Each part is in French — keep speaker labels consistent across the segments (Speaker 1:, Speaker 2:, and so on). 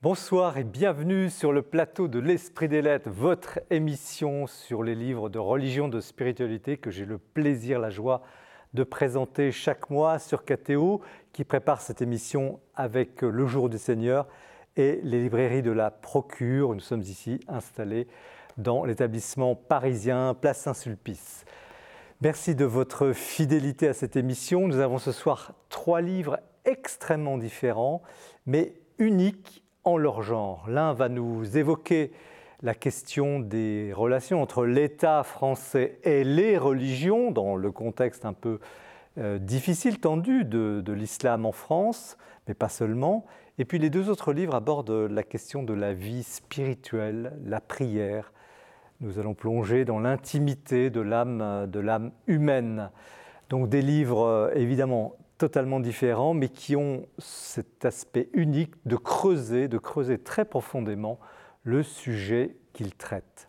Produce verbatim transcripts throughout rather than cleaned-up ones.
Speaker 1: Bonsoir et bienvenue sur le plateau de l'Esprit des Lettres, votre émission sur les livres de religion, de spiritualité que j'ai le plaisir, la joie de présenter chaque mois sur K T O, qui prépare cette émission avec le Jour du Seigneur et les librairies de la Procure. Nous sommes ici installés dans l'établissement parisien Place Saint-Sulpice. Merci de votre fidélité à cette émission. Nous avons ce soir trois livres extrêmement différents, mais uniques en leur genre. L'un va nous évoquer la question des relations entre l'État français et les religions, dans le contexte un peu euh, difficile, tendu de, de l'islam en France, mais pas seulement. Et puis les deux autres livres abordent la question de la vie spirituelle, la prière. Nous allons plonger dans l'intimité de l'âme, de l'âme humaine. Donc des livres évidemment totalement différents, mais qui ont cet aspect unique de creuser, de creuser très profondément le sujet qu'ils traitent.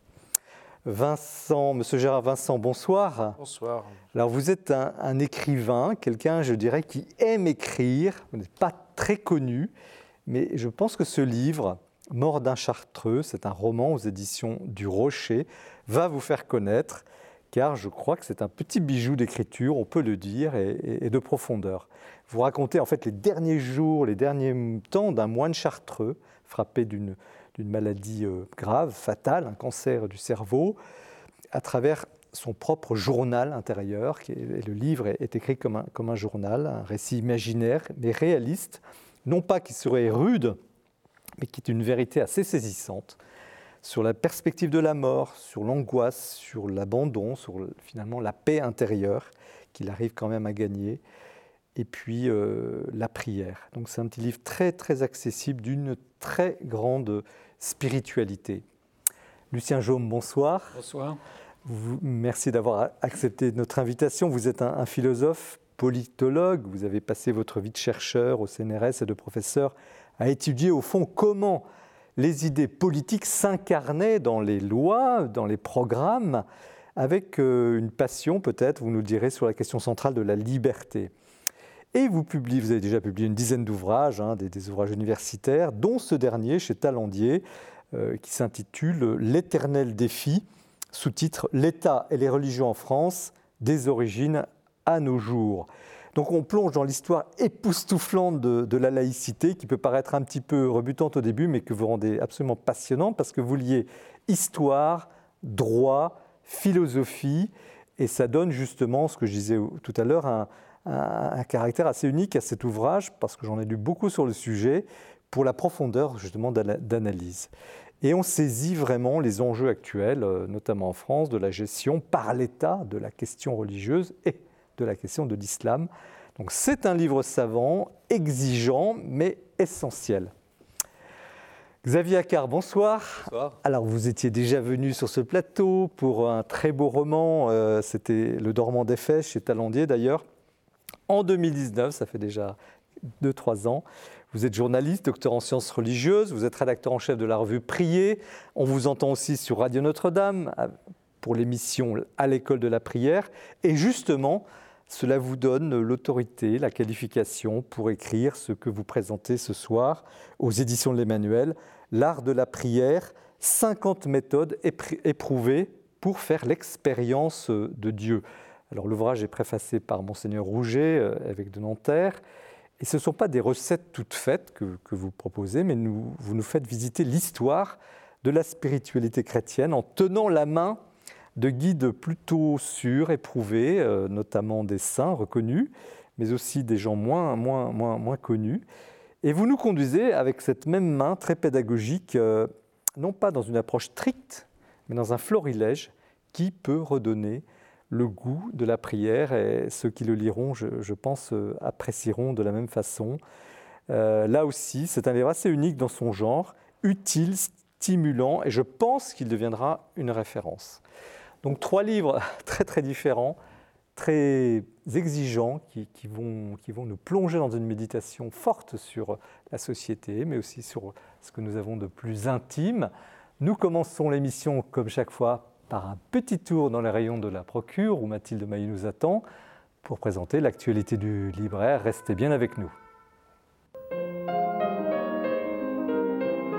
Speaker 1: Vincent, Monsieur Gérard Vincent, bonsoir.
Speaker 2: Bonsoir.
Speaker 1: Alors vous êtes un, un écrivain, quelqu'un, je dirais, qui aime écrire. Vous n'êtes pas très connu, mais je pense que ce livre, Mort d'un Chartreux, c'est un roman aux éditions du Rocher, va vous faire connaître, car je crois que c'est un petit bijou d'écriture, on peut le dire, et, et, et de profondeur. Vous racontez en fait les derniers jours, les derniers temps d'un moine chartreux, frappé d'une, d'une maladie euh, grave, fatale, un cancer du cerveau, à travers son propre journal intérieur. Qui est, et le livre est, est écrit comme un, comme un journal, un récit imaginaire, mais réaliste, non pas qui serait rude, mais qui est une vérité assez saisissante, sur la perspective de la mort, sur l'angoisse, sur l'abandon, sur finalement la paix intérieure qu'il arrive quand même à gagner, et puis euh, la prière. Donc c'est un petit livre très très accessible, d'une très grande spiritualité. Lucien Jaume, bonsoir.
Speaker 2: Bonsoir.
Speaker 1: Vous, merci d'avoir accepté notre invitation. Vous êtes un, un philosophe, politologue, vous avez passé votre vie de chercheur au C N R S et de professeur à étudier au fond comment les idées politiques s'incarnaient dans les lois, dans les programmes, avec une passion peut-être, vous nous le direz, sur la question centrale de la liberté. Et vous publiez, vous avez déjà publié une dizaine d'ouvrages, hein, des, des ouvrages universitaires, dont ce dernier chez Talandier, euh, qui s'intitule « L'éternel défi », sous-titre « L'État et les religions en France, des origines à nos jours ». Donc on plonge dans l'histoire époustouflante de, de la laïcité, qui peut paraître un petit peu rebutante au début, mais que vous rendez absolument passionnante, parce que vous liez histoire, droit, philosophie, et ça donne justement, ce que je disais tout à l'heure, un, un, un caractère assez unique à cet ouvrage, parce que j'en ai lu beaucoup sur le sujet, pour la profondeur justement d'analyse. Et on saisit vraiment les enjeux actuels, notamment en France, de la gestion par l'État de la question religieuse et de la question de l'islam. Donc c'est un livre savant, exigeant, mais essentiel. Xavier Accard, bonsoir.
Speaker 2: Bonsoir.
Speaker 1: Alors vous étiez déjà venu sur ce plateau pour un très beau roman, euh, c'était Le Dormant d'Éphèse, chez Talandier d'ailleurs. En deux mille dix-neuf, ça fait déjà deux trois ans. Vous êtes journaliste, docteur en sciences religieuses, vous êtes rédacteur en chef de la revue Prier. On vous entend aussi sur Radio Notre-Dame pour l'émission À l'école de la prière. Et justement, cela vous donne l'autorité, la qualification pour écrire ce que vous présentez ce soir aux éditions de l'Emmanuel, L'art de la prière, cinquante méthodes éprouvées pour faire l'expérience de Dieu. Alors l'ouvrage est préfacé par Monseigneur Rouget, évêque de Nanterre, et ce ne sont pas des recettes toutes faites que, que vous proposez, mais nous, vous nous faites visiter l'histoire de la spiritualité chrétienne en tenant la main de guides plutôt sûrs, éprouvés, euh, notamment des saints reconnus, mais aussi des gens moins, moins, moins, moins connus. Et vous nous conduisez avec cette même main très pédagogique, euh, non pas dans une approche stricte, mais dans un florilège qui peut redonner le goût de la prière. Et ceux qui le liront, je, je pense, euh, apprécieront de la même façon. Euh, là aussi, c'est un livre assez unique dans son genre, utile, stimulant, et je pense qu'il deviendra une référence. Donc trois livres très très différents, très exigeants, qui, qui, vont, qui vont nous plonger dans une méditation forte sur la société, mais aussi sur ce que nous avons de plus intime. Nous commençons l'émission, comme chaque fois, par un petit tour dans les rayons de la Procure, où Mathilde Mailly nous attend, pour présenter l'actualité du libraire. Restez bien avec nous.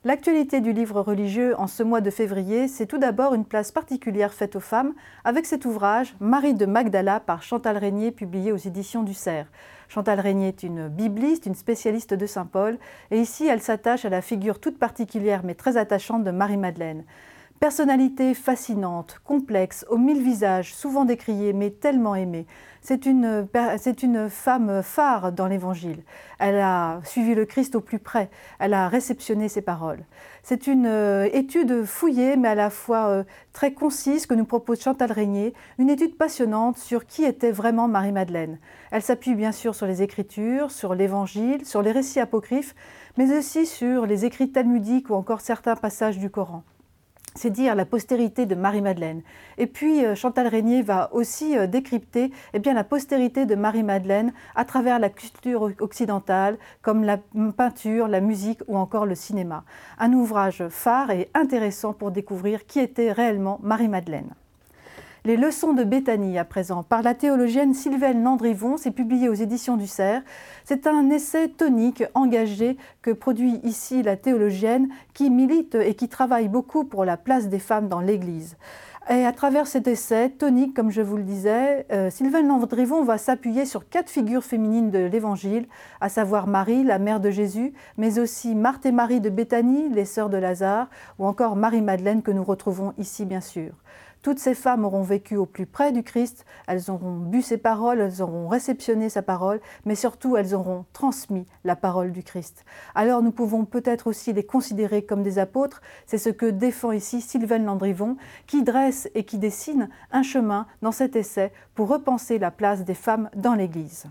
Speaker 2: L'actualité du livre religieux en ce mois de février, c'est tout d'abord une place particulière faite aux femmes avec cet ouvrage « Marie de Magdala » par Chantal Régnier, publié aux éditions du Cerf. Chantal Régnier est une bibliste, une spécialiste de saint Paul, et ici elle s'attache à la figure toute particulière mais très attachante de Marie-Madeleine. Personnalité fascinante, complexe, aux mille visages, souvent décriée mais tellement aimée. C'est une, c'est une femme phare dans l'Évangile. Elle a suivi le Christ au plus près, elle a réceptionné ses paroles. C'est une euh, étude fouillée mais à la fois euh, très concise que nous propose Chantal Régnier, une étude passionnante sur qui était vraiment Marie-Madeleine. Elle s'appuie bien sûr sur les Écritures, sur l'Évangile, sur les récits apocryphes, mais aussi sur les écrits talmudiques ou encore certains passages du Coran. C'est dire la postérité de Marie-Madeleine. Et puis Chantal Régnier va aussi décrypter eh bien, la postérité de Marie-Madeleine à travers la culture occidentale, comme la peinture, la musique ou encore le cinéma. Un ouvrage phare et intéressant pour découvrir qui était réellement Marie-Madeleine. Les leçons de Béthanie, à présent, par la théologienne Sylvaine Landrivon, c'est publié aux éditions du Cerf. C'est un essai tonique, engagé, que produit ici la théologienne, qui milite et qui travaille beaucoup pour la place des femmes dans l'Église. Et à travers cet essai tonique, comme je vous le disais, euh, Sylvaine Landrivon va s'appuyer sur quatre figures féminines de l'Évangile, à savoir Marie, la mère de Jésus, mais aussi Marthe et Marie de Béthanie, les sœurs de Lazare, ou encore Marie-Madeleine que nous retrouvons ici bien sûr. Toutes ces femmes auront vécu au plus près du Christ, elles auront bu ses paroles, elles auront réceptionné sa parole, mais surtout elles auront transmis la parole du Christ. Alors nous pouvons peut-être aussi les considérer comme des apôtres, c'est ce que défend ici Sylvaine Landrivon, qui dresse et qui dessine un chemin dans cet essai pour repenser la place des femmes dans l'Église.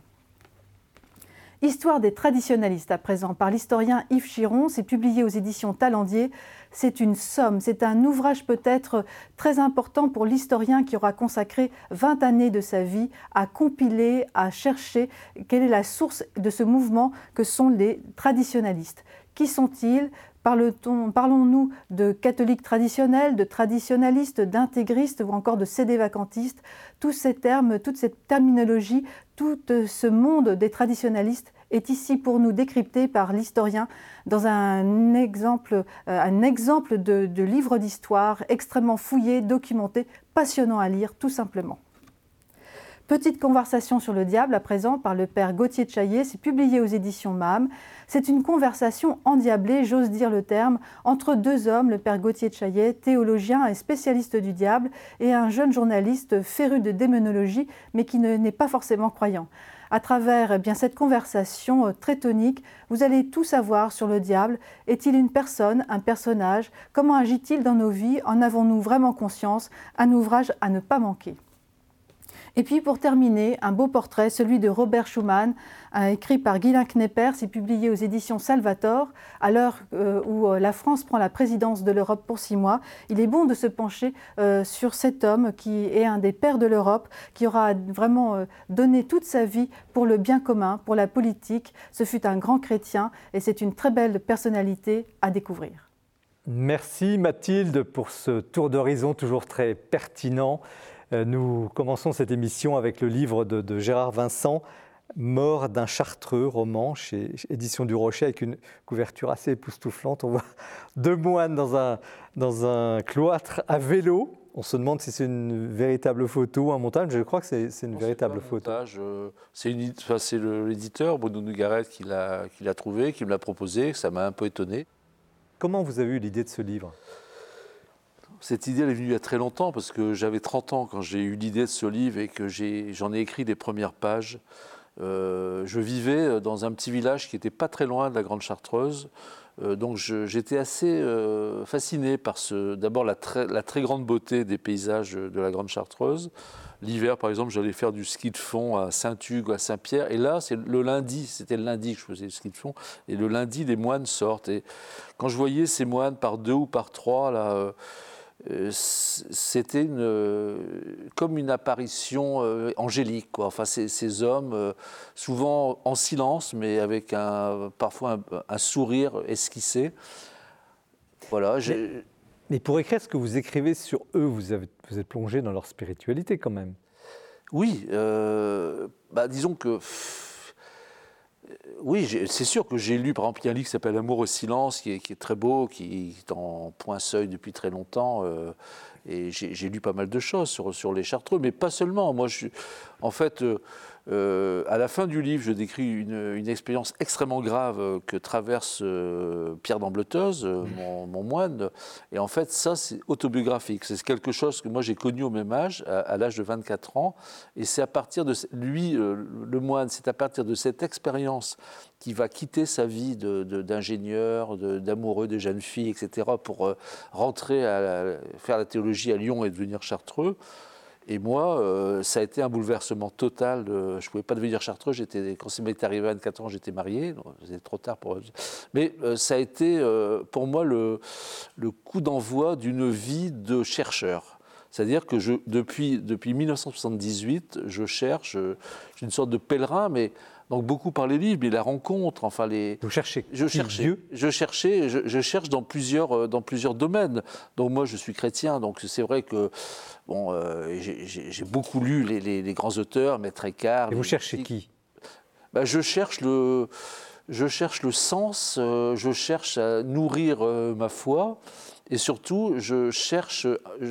Speaker 2: Histoire des traditionalistes, à présent, par l'historien Yves Chiron, c'est publié aux éditions Talendier. C'est une somme, c'est un ouvrage peut-être très important pour l'historien qui aura consacré vingt années de sa vie à compiler, à chercher quelle est la source de ce mouvement que sont les traditionalistes. Qui sont-ils ? Parlons-nous de catholiques traditionnels, de traditionalistes, d'intégristes ou encore de cédévacantistes. Tous ces termes, toute cette terminologie, tout ce monde des traditionalistes est ici pour nous décrypté par l'historien dans un exemple, un exemple de, de livre d'histoire extrêmement fouillé, documenté, passionnant à lire tout simplement. Petite conversation sur le diable, à présent, par le père Gauthier de Chaillet, c'est publié aux éditions M A M. C'est une conversation endiablée, j'ose dire le terme, entre deux hommes, le père Gauthier de Chaillet, théologien et spécialiste du diable, et un jeune journaliste féru de démonologie, mais qui n'est pas forcément croyant. À travers eh bien, cette conversation euh, très tonique, vous allez tout savoir sur le diable. Est-il une personne, un personnage? Comment agit-il dans nos vies? En avons-nous vraiment conscience? Un ouvrage à ne pas manquer. Et puis pour terminer, un beau portrait, celui de Robert Schuman, euh, écrit par Guylain Knepper, c'est publié aux éditions Salvator. À l'heure euh, où euh, la France prend la présidence de l'Europe pour six mois, il est bon de se pencher euh, sur cet homme qui est un des pères de l'Europe, qui aura vraiment euh, donné toute sa vie pour le bien commun, pour la politique. Ce fut un grand chrétien et c'est une très belle personnalité à découvrir.
Speaker 1: Merci Mathilde pour ce tour d'horizon toujours très pertinent. Nous commençons cette émission avec le livre de, de Gérard Vincent, Mort d'un Chartreux, roman chez Éditions du Rocher, avec une couverture assez époustouflante. On voit deux moines dans un, dans un cloître à vélo. On se demande si c'est une véritable photo ou un montage. Je crois que c'est, c'est une non, véritable c'est photo.
Speaker 3: Montage, euh, c'est, une, enfin, c'est le, l'éditeur, Bruno Nogaret, qui l'a, qui l'a trouvé, qui me l'a proposé. Ça m'a un peu étonné.
Speaker 1: Comment vous avez eu l'idée de ce livre ?
Speaker 3: Cette idée elle est venue il y a très longtemps parce que j'avais trente ans quand j'ai eu l'idée de ce livre et que j'ai, j'en ai écrit les premières pages. Euh, je vivais dans un petit village qui n'était pas très loin de la Grande Chartreuse. Euh, donc je, j'étais assez euh, fasciné par ce, d'abord la très, la très grande beauté des paysages de la Grande Chartreuse. L'hiver, par exemple, j'allais faire du ski de fond à Saint-Hugues ou à Saint-Pierre. Et là, c'est le lundi, c'était le lundi que je faisais le ski de fond. Et le lundi, les moines sortent. Et quand je voyais ces moines par deux ou par trois, là... Euh, c'était une, comme une apparition euh, angélique, quoi. Enfin, ces, ces hommes, euh, souvent en silence, mais avec un, parfois un, un sourire esquissé. Voilà. J'ai...
Speaker 1: Mais, mais pour écrire ce que vous écrivez sur eux, vous, avez, vous êtes plongé dans leur spiritualité quand même.
Speaker 3: Oui, euh, bah, disons que... Pff, oui, c'est sûr que j'ai lu, par exemple, il y a un livre qui s'appelle Amour au silence, qui est, qui est très beau, qui est en point-seuil depuis très longtemps. Euh, et j'ai lu pas mal de choses sur, sur les Chartreux, mais pas seulement. Moi, je, en fait, euh, euh, à la fin du livre, je décris une, une expérience extrêmement grave que traverse euh, Pierre d'Ambleteuse, euh, mon, mon moine. Et en fait, ça, c'est autobiographique. C'est quelque chose que moi, j'ai connu au même âge, à, à l'âge de vingt-quatre ans. Et c'est à partir de lui, euh, le moine, c'est à partir de cette expérience qui va quitter sa vie d'ingénieur, de, de, d'amoureux, de jeune fille, et cetera, pour euh, rentrer à la, faire la théologie à Lyon et devenir chartreux. Et moi, euh, ça a été un bouleversement total. De, je ne pouvais pas devenir chartreux. J'étais, quand ça m'est arrivé à vingt-quatre ans, j'étais marié. C'était trop tard pour. Mais euh, ça a été euh, pour moi le, le coup d'envoi d'une vie de chercheur. C'est-à-dire que je, depuis, depuis mille neuf cent soixante-dix-huit, je cherche, je, je suis une sorte de pèlerin, mais donc beaucoup par les livres, mais la rencontre, enfin les.
Speaker 1: Vous cherchez
Speaker 3: je cherchais, Dieu je cherchais, je, je cherche dans plusieurs, dans plusieurs domaines. Donc moi, je suis chrétien, donc c'est vrai que bon, euh, j'ai beaucoup lu les, les, les grands auteurs, Maître Eckhart.
Speaker 1: Et vous cherchez qui?
Speaker 3: Ben, je cherche le, je cherche le sens, euh, je cherche à nourrir euh, ma foi, et surtout, je cherche.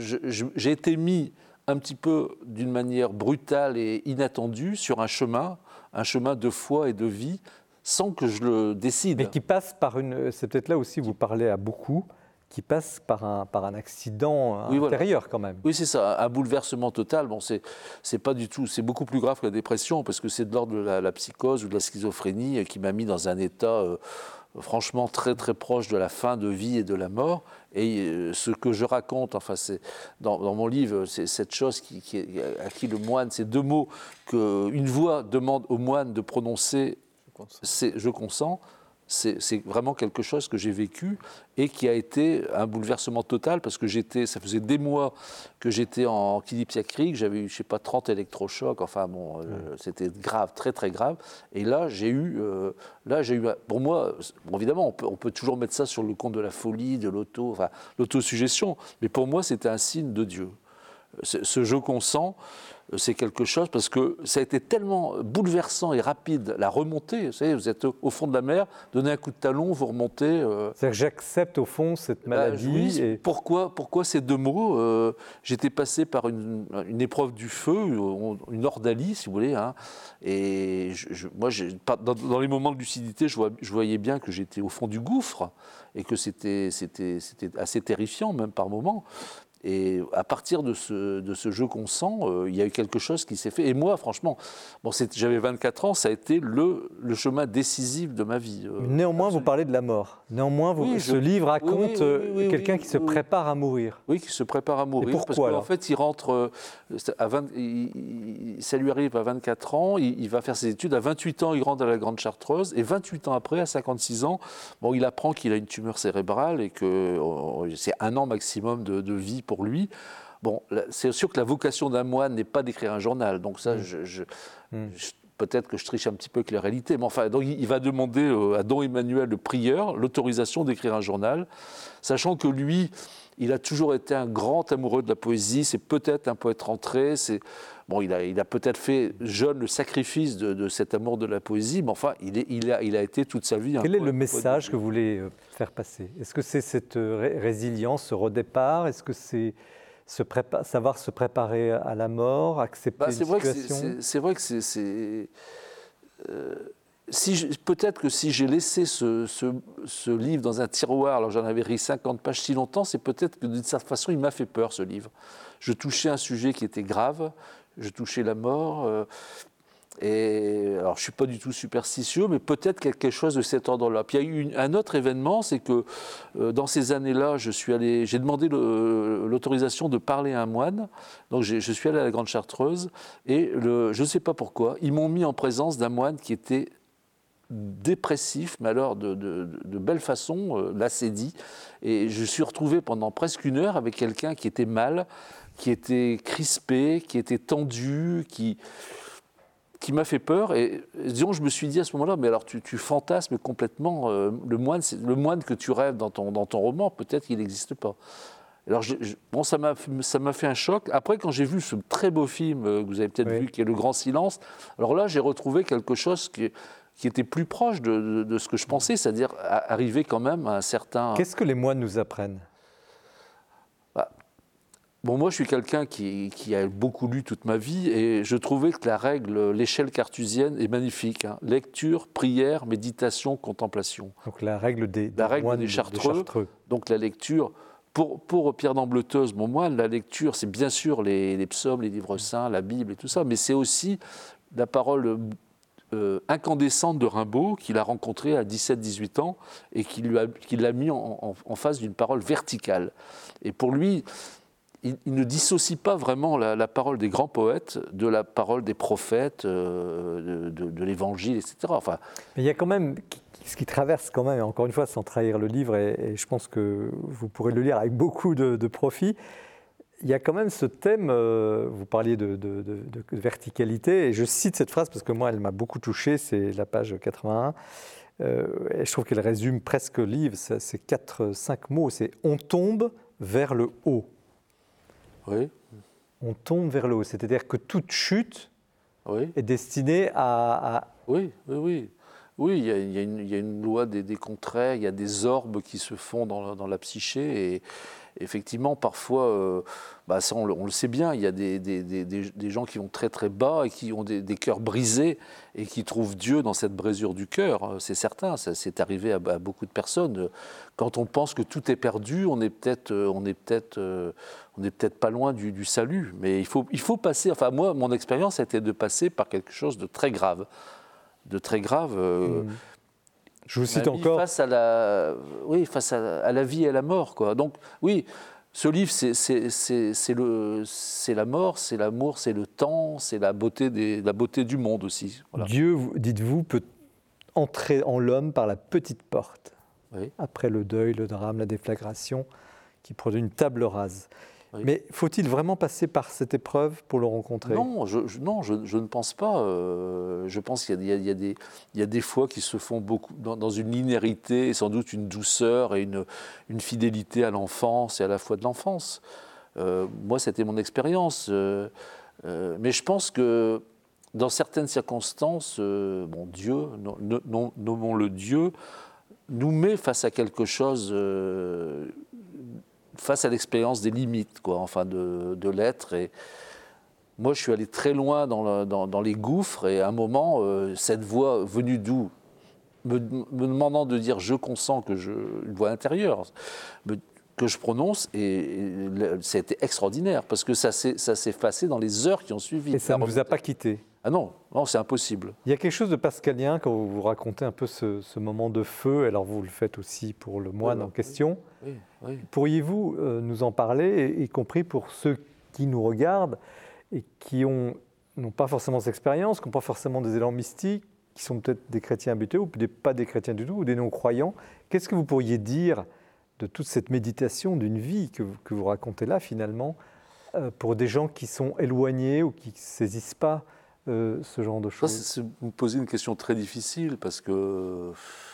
Speaker 3: J'ai été mis un petit peu d'une manière brutale et inattendue sur un chemin. un chemin de foi et de vie sans que je le décide.
Speaker 1: Mais qui passe par une... C'est peut-être là aussi où vous parlez à beaucoup, qui passe par un, par un accident oui, intérieur voilà. quand même.
Speaker 3: Oui, c'est ça, un bouleversement total. Bon, c'est, c'est pas du tout... C'est beaucoup plus grave que la dépression parce que c'est de l'ordre de la, la psychose ou de la schizophrénie qui m'a mis dans un état... Euh, franchement très très proche de la fin de vie et de la mort. Et euh, ce que je raconte, enfin c'est dans, dans mon livre, c'est cette chose qui, qui, à qui le moine, ces deux mots qu'une voix demande au moine de prononcer, c'est je consens. C'est, c'est vraiment quelque chose que j'ai vécu et qui a été un bouleversement total parce que j'étais, ça faisait des mois que j'étais en kinépsiacrique, j'avais eu, je sais pas, trente électrochocs, enfin bon, mmh. euh, c'était grave, très très grave. Et là, j'ai eu, euh, là, j'ai eu, pour moi, bon, évidemment, on peut, on peut toujours mettre ça sur le compte de la folie, de l'auto, enfin, l'autosuggestion, mais pour moi, c'était un signe de Dieu. Ce, ce je consens, c'est quelque chose, parce que ça a été tellement bouleversant et rapide, la remontée, vous savez, vous êtes au fond de la mer, donnez un coup de talon, vous remontez. Euh...
Speaker 1: C'est-à-dire que j'accepte au fond cette maladie.
Speaker 3: Bah, oui,
Speaker 1: et...
Speaker 3: pourquoi, pourquoi ces deux mots euh, J'étais passé par une, une épreuve du feu, une ordalie, si vous voulez, hein, et je, je, moi, dans, dans les moments de lucidité, je, vois, je voyais bien que j'étais au fond du gouffre, et que c'était, c'était, c'était assez terrifiant, même par moments. Et à partir de ce, de ce jeu qu'on sent, euh, il y a eu quelque chose qui s'est fait. Et moi, franchement, bon, j'avais vingt-quatre ans, ça a été le, le chemin décisif de ma vie. Euh,
Speaker 1: Néanmoins, absolument. Vous parlez de la mort. Néanmoins, vous, oui, ce je... livre raconte oui, oui, oui, oui, quelqu'un oui, qui se oui, prépare à mourir.
Speaker 3: Oui, qui se prépare à mourir.
Speaker 1: Et pourquoi,
Speaker 3: parce
Speaker 1: alors
Speaker 3: qu'en fait, il rentre, euh, à vingt, il, il, ça lui arrive à vingt-quatre ans, il, il va faire ses études. À vingt-huit ans, il rentre à la Grande Chartreuse. Et vingt-huit ans après, à cinquante-six ans, bon, il apprend qu'il a une tumeur cérébrale et que euh, c'est un an maximum de, de vie pour lui. Bon, c'est sûr que la vocation d'un moine n'est pas d'écrire un journal, donc ça, mmh. je, je, mmh. je, peut-être que je triche un petit peu avec la réalité, mais enfin, donc il va demander à Don Emmanuel, le prieur, l'autorisation d'écrire un journal, sachant que lui, il a toujours été un grand amoureux de la poésie, c'est peut-être un poète rentré, c'est... Bon, il a, il a peut-être fait jeune le sacrifice de, de cet amour de la poésie, mais enfin, il, est, il, a, il a été toute sa vie...
Speaker 1: Quel est le message que vous voulez faire passer? Est-ce que c'est cette ré- résilience, ce redépart? Est-ce que c'est... Se prépa- savoir se préparer à la mort, accepter
Speaker 3: bah,
Speaker 1: une situation.
Speaker 3: C'est, c'est vrai que c'est... c'est euh, si peut-être que si j'ai laissé ce, ce, ce livre dans un tiroir, alors j'en avais ri cinquante pages si longtemps, c'est peut-être que d'une certaine façon, il m'a fait peur, ce livre. Je touchais un sujet qui était grave, je touchais la mort... Euh, Et alors, je ne suis pas du tout superstitieux, mais peut-être quelque chose de cet ordre-là. Puis il y a eu une, un autre événement, c'est que euh, dans ces années-là, je suis allé, j'ai demandé le, l'autorisation de parler à un moine. Donc j'ai, je suis allé à la Grande Chartreuse et le, je ne sais pas pourquoi, ils m'ont mis en présence d'un moine qui était dépressif, mais alors de, de, de belle façon, euh, là c'est dit. Et je suis retrouvé pendant presque une heure avec quelqu'un qui était mal, qui était crispé, qui était tendu, qui... qui m'a fait peur, et disons, je me suis dit à ce moment-là, mais alors tu, tu fantasmes complètement euh, le moine, c'est le moine que tu rêves dans ton, dans ton roman, peut-être qu'il n'existe pas. Alors, je, je, bon, ça m'a, ça m'a fait un choc. Après, quand j'ai vu ce très beau film euh, que vous avez peut-être oui. vu, qui est Le Grand Silence, alors là, j'ai retrouvé quelque chose qui, qui était plus proche de, de, de ce que je pensais, c'est-à-dire arriver quand même à un certain...
Speaker 1: Qu'est-ce que les moines nous apprennent ?
Speaker 3: bah, Bon, moi, je suis quelqu'un qui, qui a beaucoup lu toute ma vie et je trouvais que la règle, l'échelle cartésienne est magnifique. Hein. Lecture, prière, méditation, contemplation.
Speaker 1: Donc la règle des, des
Speaker 3: la règle
Speaker 1: moines
Speaker 3: des chartreux,
Speaker 1: des chartreux.
Speaker 3: Donc la lecture... Pour, pour Pierre d'Ambleteuse, mon moine, la lecture, c'est bien sûr les, les psaumes, les livres saints, la Bible et tout ça, mais c'est aussi la parole euh, incandescente de Rimbaud qu'il a rencontrée à dix-sept dix-huit ans et qui l'a qui l'a mis en, en, en face d'une parole verticale. Et pour lui, il, il ne dissocie pas vraiment la, la parole des grands poètes de la parole des prophètes, euh, de, de, de l'Évangile, et cetera. Enfin,
Speaker 1: mais il y a quand même... Ce qui traverse quand même, encore une fois, sans trahir le livre, et, et je pense que vous pourrez le lire avec beaucoup de, de profit, il y a quand même ce thème, euh, vous parliez de, de, de, de verticalité, et je cite cette phrase parce que moi, elle m'a beaucoup touché, c'est la page quatre-vingt-un, euh, et je trouve qu'elle résume presque le livre, c'est quatre, cinq mots, c'est « on tombe vers le haut ».
Speaker 3: Oui.
Speaker 1: On tombe vers le haut, c'est-à-dire que toute chute
Speaker 3: oui.
Speaker 1: est destinée à... à...
Speaker 3: Oui, oui, oui. Oui, il y a, il y a, une, il y a une loi des, des contraires, il y a des orbes qui se font dans, dans la psyché. Et effectivement, parfois, euh, bah ça, on, on le sait bien, il y a des, des, des, des gens qui vont très très bas et qui ont des, des cœurs brisés et qui trouvent Dieu dans cette brisure du cœur. C'est certain, ça c'est arrivé à, à beaucoup de personnes. Quand on pense que tout est perdu, on est peut-être, on est peut-être, on est peut-être pas loin du, du salut. Mais il faut, il faut passer. Enfin, moi, mon expérience a été de passer par quelque chose de très grave. de très grave. Euh,
Speaker 1: mmh. Je vous cite encore.
Speaker 3: Face à la, oui, face à, à la vie et à la mort, quoi. Donc, oui, ce livre, c'est, c'est, c'est, c'est, le, c'est la mort, c'est l'amour, c'est le temps, c'est la beauté, des, la beauté du monde aussi. Voilà.
Speaker 1: Dieu, dites-vous, peut entrer en l'homme par la petite porte,
Speaker 3: oui.
Speaker 1: Après le deuil, le drame, la déflagration, qui produit une table rase. Oui. Mais faut-il vraiment passer par cette épreuve pour le rencontrer ?
Speaker 3: Non, je, je, non je, je ne pense pas. Euh, je pense qu'il y a, il y a des, il y a des fois qui se font beaucoup dans, dans une linéarité et sans doute une douceur et une, une fidélité à l'enfance et à la foi de l'enfance. Euh, moi, c'était mon expérience. Euh, euh, mais je pense que dans certaines circonstances, euh, bon, Dieu, non, non, nommons-le Dieu, nous met face à quelque chose... Euh, face à l'expérience des limites, quoi, enfin de, de l'être. Et moi, je suis allé très loin dans, le, dans, dans les gouffres, et à un moment, euh, cette voix venue d'où, me, me demandant de dire « je consens », que je, une voix intérieure, me, que je prononce, et, et ça a été extraordinaire, parce que ça s'est, ça s'est effacé dans les heures qui ont suivi.
Speaker 1: Et ça ne vous a pas quitté ?
Speaker 3: Ah non, non, c'est impossible.
Speaker 1: Il y a quelque chose de pascalien quand vous vous racontez un peu ce, ce moment de feu, alors vous le faites aussi pour le moine oui, en question.
Speaker 3: Oui, oui.
Speaker 1: Pourriez-vous euh, nous en parler, y compris pour ceux qui nous regardent et qui ont, n'ont pas forcément cette expérience, qui n'ont pas forcément des élans mystiques, qui sont peut-être des chrétiens butés ou des, pas des chrétiens du tout, ou des non-croyants. Qu'est-ce que vous pourriez dire de toute cette méditation d'une vie que, que vous racontez là, finalement, euh, pour des gens qui sont éloignés ou qui ne saisissent pas Euh, ce genre de choses.
Speaker 3: Ça, c'est, vous me posez une question très difficile parce que,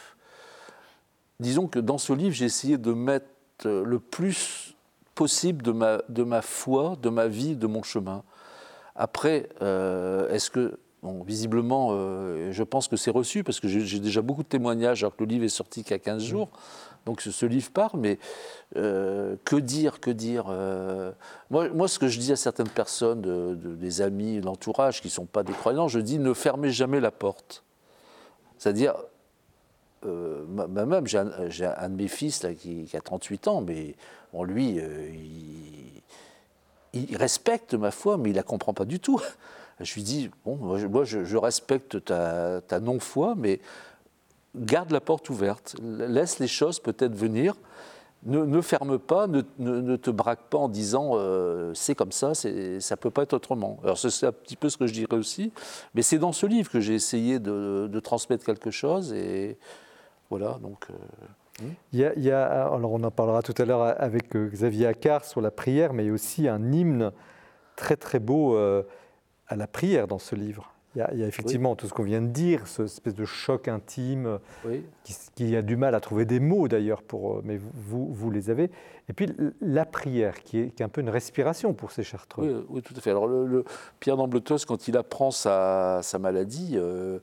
Speaker 3: disons que dans ce livre, j'ai essayé de mettre le plus possible de ma, de ma foi, de ma vie, de mon chemin. Après, euh, est-ce que, bon, visiblement, euh, je pense que c'est reçu parce que j'ai, j'ai déjà beaucoup de témoignages alors que le livre est sorti qu'il y a quinze jours. Donc ce, ce livre parle, mais euh, que dire, que dire euh, moi, moi, ce que je dis à certaines personnes, de, de, des amis, l'entourage, qui ne sont pas des croyants, je dis ne fermez jamais la porte. C'est-à-dire, euh, même, j'ai un, j'ai un de mes fils là, qui, qui a trente-huit ans, mais bon, lui, euh, il, il respecte ma foi, mais il ne la comprend pas du tout. Je lui dis, bon, moi, je, moi, je, je respecte ta, ta non-foi, mais... garde la porte ouverte, laisse les choses peut-être venir, ne, ne ferme pas, ne, ne, ne te braque pas en disant euh, c'est comme ça, c'est, ça ne peut pas être autrement. Alors c'est un petit peu ce que je dirais aussi, mais c'est dans ce livre que j'ai essayé de, de transmettre quelque chose, et voilà, donc... Euh,
Speaker 1: il y a, il y a, alors on en parlera tout à l'heure avec Xavier Accart sur la prière, mais il y a aussi un hymne très très beau euh, à la prière dans ce livre. Il y, a, il y a effectivement oui. tout ce qu'on vient de dire, ce espèce de choc intime, oui. qui, qui a du mal à trouver des mots d'ailleurs, pour, mais vous, vous les avez. Et puis la prière, qui est, qui est un peu une respiration pour ces chartreux.
Speaker 3: Oui, oui tout à fait. Alors le, le Pierre d'Ambleteuse, quand il apprend sa, sa maladie, euh,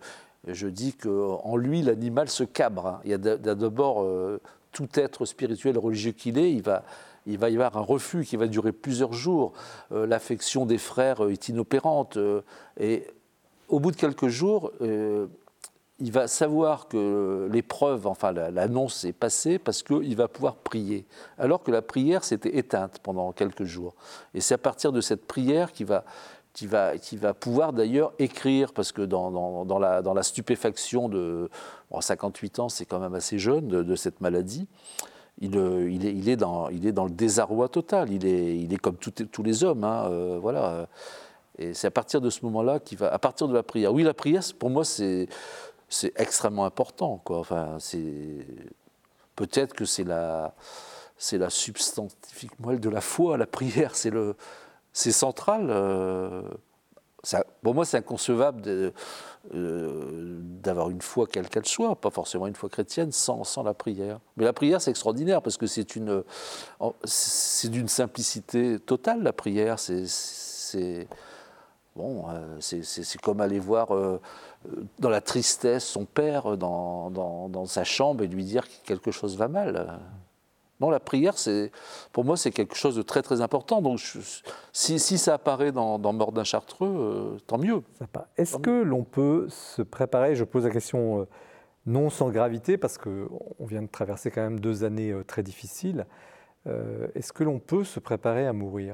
Speaker 3: je dis qu'en lui, l'animal se cabre. Hein. Il y a d'abord euh, tout être spirituel, religieux qu'il est, il va, il va y avoir un refus qui va durer plusieurs jours. Euh, l'affection des frères est inopérante. Euh, et au bout de quelques jours, euh, il va savoir que l'épreuve, enfin l'annonce est passée parce qu'il va pouvoir prier. Alors que la prière s'était éteinte pendant quelques jours. Et c'est à partir de cette prière qu'il va, qu'il va, qu'il va pouvoir d'ailleurs écrire, parce que dans, dans, dans, la, dans la stupéfaction de bon, cinquante-huit ans, c'est quand même assez jeune de, de cette maladie, il, il, est, il, est dans, il est dans le désarroi total. Il est, il est comme tout, tous les hommes, hein, euh, voilà. Et c'est à partir de ce moment-là qu'il va, à partir de la prière. Oui, la prière, pour moi, c'est c'est extrêmement important, quoi. Enfin, c'est peut-être que c'est la, c'est la substantifique moelle de la foi. La prière, c'est le, c'est central. Euh, ça, pour moi, c'est inconcevable de, euh, d'avoir une foi quelle qu'elle soit, pas forcément une foi chrétienne, sans, sans la prière. Mais la prière, c'est extraordinaire parce que c'est une, c'est d'une simplicité totale. La prière, c'est, c'est bon, euh, c'est, c'est, c'est comme aller voir euh, dans la tristesse son père dans, dans, dans sa chambre et lui dire que quelque chose va mal. Non, la prière, c'est, pour moi, c'est quelque chose de très très important. Donc, je, si, si ça apparaît dans, dans Mort d'un Chartreux, euh, tant mieux.
Speaker 1: Est-ce que l'on peut se préparer, je pose la question euh, non sans gravité, parce qu'on vient de traverser quand même deux années euh, très difficiles, euh, est-ce que l'on peut se préparer à mourir ?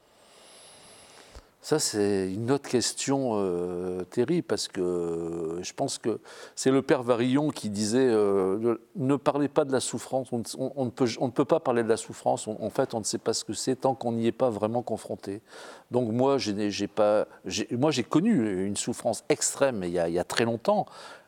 Speaker 3: Ça, c'est une autre question euh, terrible, parce que je pense que c'est le père Varillon qui disait euh, « Ne parlez pas de la souffrance, on, on, on, ne peut, on ne peut pas parler de la souffrance, on, en fait, on ne sait pas ce que c'est tant qu'on n'y est pas vraiment confronté. » Donc moi, j'ai, j'ai pas, j'ai, moi, j'ai connu une souffrance extrême il y a, il y a très longtemps,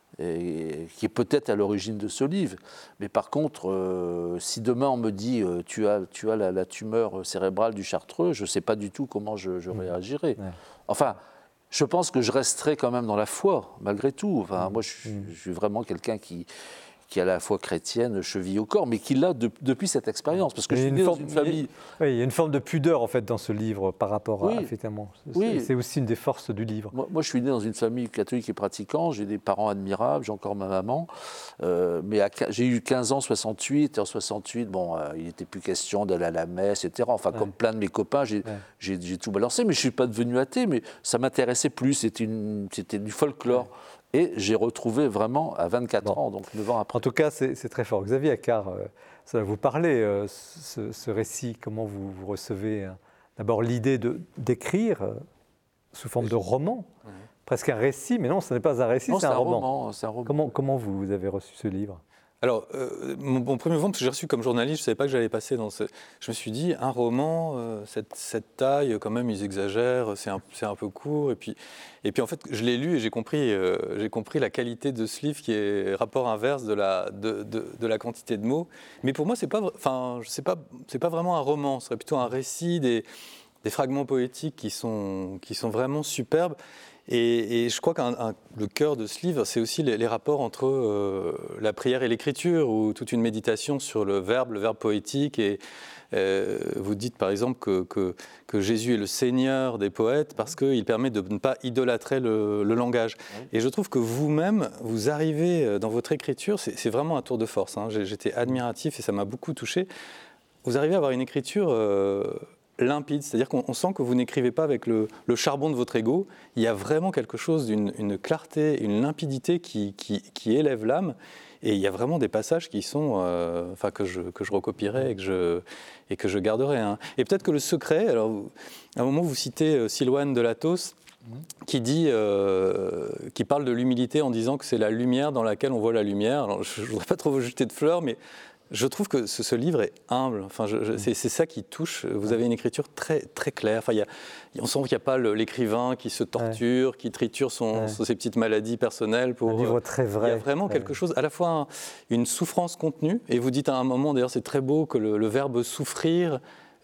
Speaker 3: et qui est peut-être à l'origine de ce livre. Mais par contre, euh, si demain on me dit euh, tu as, tu as la, la tumeur cérébrale du Chartreux, je ne sais pas du tout comment je, je réagirais. Ouais. Enfin, je pense que je resterai quand même dans la foi, malgré tout. Enfin, mmh. Moi, je, mmh. je suis vraiment quelqu'un qui, qui a la foi chrétienne cheville au corps, mais qui l'a de, depuis cette expérience. Parce que je suis né dans une famille...
Speaker 1: Oui, il y a une forme de pudeur, en fait, dans ce livre, par rapport à... Oui. Effectivement. C'est, oui. c'est aussi une des forces du livre.
Speaker 3: Moi, moi, je suis né dans une famille catholique et pratiquante, j'ai des parents admirables, j'ai encore ma maman, euh, mais à, j'ai eu quinze ans, soixante-huit, et en soixante-huit, bon, euh, il n'était plus question d'aller à la messe, et cetera. Enfin, ouais. Comme plein de mes copains, j'ai, ouais. j'ai, j'ai tout balancé, mais je ne suis pas devenu athée, mais ça m'intéressait plus, c'était, une, c'était du folklore. Ouais. Et j'ai retrouvé vraiment à vingt-quatre bon. ans, donc neuf ans après.
Speaker 1: En tout cas, c'est, c'est très fort. Xavier Accart, euh, ça va vous parler, euh, ce, ce récit, comment vous, vous recevez euh, d'abord l'idée de, d'écrire euh, sous forme de roman, ouais. Presque un récit, mais non, ce n'est pas un récit,
Speaker 3: non,
Speaker 1: c'est,
Speaker 3: c'est,
Speaker 1: un
Speaker 3: un
Speaker 1: roman.
Speaker 3: roman c'est un roman.
Speaker 1: Comment, comment vous, vous avez reçu ce livre ?
Speaker 4: Alors, euh, mon, mon premier moment, parce que j'ai reçu comme journaliste, je ne savais pas que j'allais passer dans ce... Je me suis dit, un roman, euh, cette, cette taille, quand même, ils exagèrent, c'est un, c'est un peu court. Et puis, et puis, en fait, je l'ai lu et j'ai compris, euh, j'ai compris la qualité de ce livre qui est rapport inverse de la, de, de, de la quantité de mots. Mais pour moi, ce n'est pas, enfin, c'est pas, c'est pas vraiment un roman, ce serait plutôt un récit, des, des fragments poétiques qui sont, qui sont vraiment superbes. Et, et je crois que le cœur de ce livre, c'est aussi les, les rapports entre euh, la prière et l'écriture, ou toute une méditation sur le verbe, le verbe poétique. Et euh, vous dites par exemple que, que, que Jésus est le Seigneur des poètes parce qu'il permet de ne pas idolâtrer le, le langage. Oui. Et je trouve que vous-même, vous arrivez dans votre écriture, c'est, c'est vraiment un tour de force. Hein. J'étais admiratif et ça m'a beaucoup touché. Vous arrivez à avoir une écriture... Euh, limpide, c'est-à-dire qu'on sent que vous n'écrivez pas avec le, le charbon de votre ego, il y a vraiment quelque chose d'une une clarté, une limpidité qui, qui, qui élève l'âme, et il y a vraiment des passages qui sont, euh, enfin, que je, que je recopierai et que je, et que je garderai. Hein. Et peut-être que le secret, alors, à un moment vous citez euh, Silouane de Latos, qui dit, euh, qui parle de l'humilité en disant que c'est la lumière dans laquelle on voit la lumière. Alors, je ne voudrais pas trop vous jeter de fleurs, mais je trouve que ce, ce livre est humble. Enfin, je, je, c'est, c'est ça qui touche. Vous avez une écriture très, très claire. Enfin, il y a, on sent qu'il n'y a pas le, l'écrivain qui se torture, ouais. qui triture son, ouais. ses petites maladies personnelles. Pour,
Speaker 1: un livre très vrai.
Speaker 4: Il y a vraiment ouais. quelque chose, à la fois un, une souffrance contenue. Et vous dites à un moment, d'ailleurs, c'est très beau que le, le verbe souffrir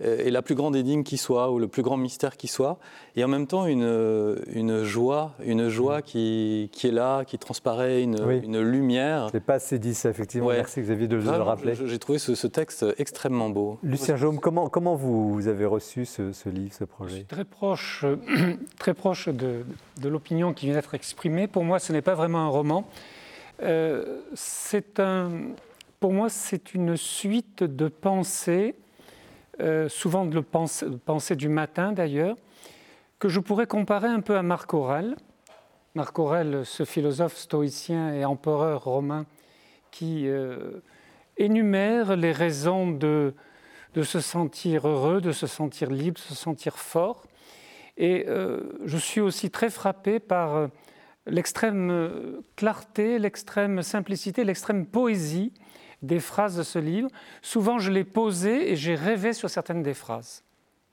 Speaker 4: est la plus grande énigme qui soit, ou le plus grand mystère qui soit, et en même temps une, une joie, une joie qui, qui est là, qui transparaît, une,
Speaker 1: oui.
Speaker 4: une lumière.
Speaker 1: Je n'ai pas assez dit ça, effectivement. Ouais. Merci Xavier de, de le rappeler.
Speaker 4: J'ai trouvé ce, ce texte extrêmement beau.
Speaker 1: Lucien Jaume, comment, comment vous, vous avez reçu ce, ce livre, ce projet ?
Speaker 5: Je suis très proche, euh, très proche de, de l'opinion qui vient d'être exprimée. Pour moi, ce n'est pas vraiment un roman. Euh, c'est un, pour moi, c'est une suite de pensées, euh, souvent de pense, pensées du matin d'ailleurs, que je pourrais comparer un peu à Marc Aurèle. Marc Aurèle, ce philosophe stoïcien et empereur romain qui euh, énumère les raisons de, de se sentir heureux, de se sentir libre, de se sentir fort. Et euh, je suis aussi très frappé par euh, l'extrême clarté, l'extrême simplicité, l'extrême poésie des phrases de ce livre. Souvent, je l'ai posé et j'ai rêvé sur certaines des phrases.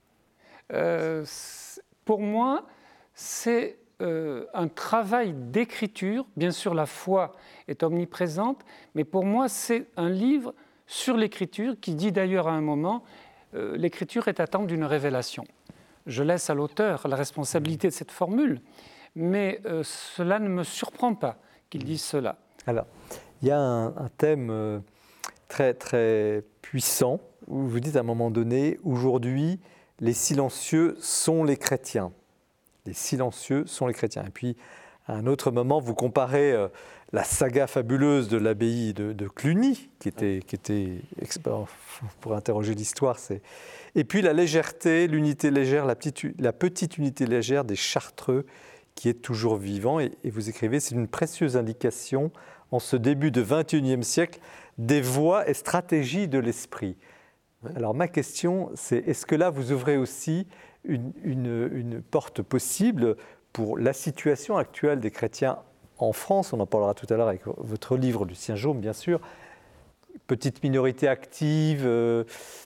Speaker 5: Euh, pour moi, c'est euh, un travail d'écriture. Bien sûr, la foi est omniprésente, mais pour moi, c'est un livre sur l'écriture qui dit d'ailleurs à un moment euh, « l'écriture est attente d'une révélation ». Je laisse à l'auteur la responsabilité de cette formule, mais euh, cela ne me surprend pas qu'il dise cela.
Speaker 1: Alors, il y a un, un thème euh, très, très puissant où vous dites à un moment donné, aujourd'hui, les silencieux sont les chrétiens. Les silencieux sont les chrétiens. Et puis, à un autre moment, vous comparez euh, la saga fabuleuse de l'abbaye de, de Cluny, qui était, qui était pour interroger l'histoire, c'est... Et puis la légèreté, l'unité légère, la petite, la petite unité légère des Chartreux, qui est toujours vivant. Et, et vous écrivez, c'est une précieuse indication, en ce début de vingt et unième siècle, des voies et stratégies de l'esprit. Ouais. Alors ma question, c'est, est-ce que là, vous ouvrez aussi une, une, une porte possible pour la situation actuelle des chrétiens en France? On en parlera tout à l'heure avec votre livre, Lucien Jaume, bien sûr. Petite minorité active. Euh...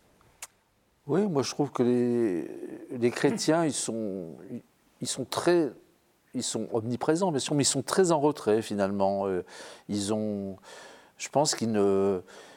Speaker 3: Oui, moi je trouve que les, les chrétiens, ils sont, ils sont très, ils sont omniprésents, bien sûr, mais ils sont très en retrait finalement. Ils ont, je pense qu'ils ne,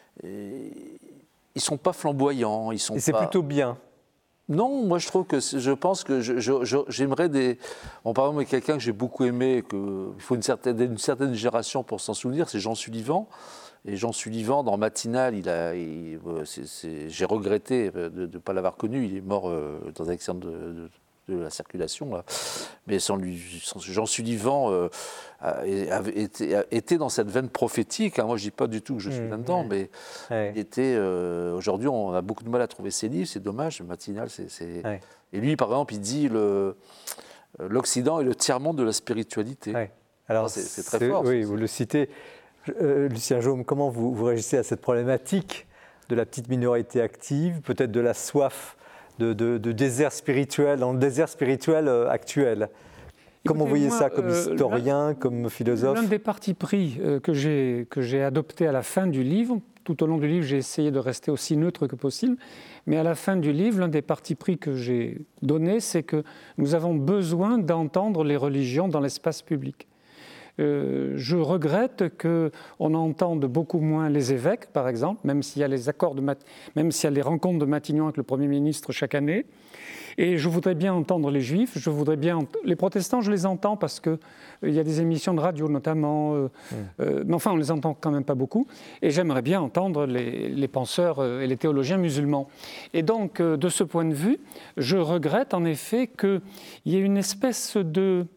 Speaker 3: ils sont pas flamboyants, ils sont.
Speaker 1: Et c'est
Speaker 3: pas...
Speaker 1: plutôt bien.
Speaker 3: Non, moi je trouve que je pense que je, je, je, j'aimerais des. Bon, par exemple, quelqu'un que j'ai beaucoup aimé, que il faut une certaine, une certaine génération pour s'en souvenir, c'est Jean Sullivan. Et Jean Sullivan, dans Matinale, il a, il, c'est, c'est, j'ai regretté de ne pas l'avoir connu. Il est mort euh, dans un accident de, de, de la circulation. Là. Mais sans lui, sans, Jean Sullivan euh, avait été, était dans cette veine prophétique. Hein. Moi, je ne dis pas du tout que je suis mmh, là-dedans, mmh. mais ouais. il était. Euh, aujourd'hui, on a beaucoup de mal à trouver ses livres. C'est dommage. Matinale, c'est. c'est... Ouais. Et lui, par exemple, il dit le, l'Occident est le tiers-monde de la spiritualité.
Speaker 1: Ouais. Alors,
Speaker 3: c'est, c'est très c'est, fort.
Speaker 1: Oui,
Speaker 3: c'est,
Speaker 1: vous le citez. Euh, Lucien Jaume, comment vous, vous réagissez à cette problématique de la petite minorité active, peut-être de la soif de, de, de désert spirituel, dans le désert spirituel euh, actuel? Comment Écoutez, vous voyez moi, ça comme euh, historien, comme philosophe?
Speaker 5: L'un des partis pris euh, que, j'ai, que j'ai adopté à la fin du livre, tout au long du livre, j'ai essayé de rester aussi neutre que possible, mais à la fin du livre, l'un des partis pris que j'ai donné, c'est que nous avons besoin d'entendre les religions dans l'espace public. Euh, je regrette qu'on entende beaucoup moins les évêques, par exemple, même s'il y a les accords de Mat- même s'il y a les rencontres de Matignon avec le Premier ministre chaque année. Et je voudrais bien entendre les Juifs, je voudrais bien ent- les protestants, je les entends parce que il euh, y a des émissions de radio notamment, euh, mmh. euh, mais enfin on les entend quand même pas beaucoup. Et j'aimerais bien entendre les, les penseurs euh, et les théologiens musulmans. Et donc euh, de ce point de vue, je regrette en effet qu'il y ait une espèce de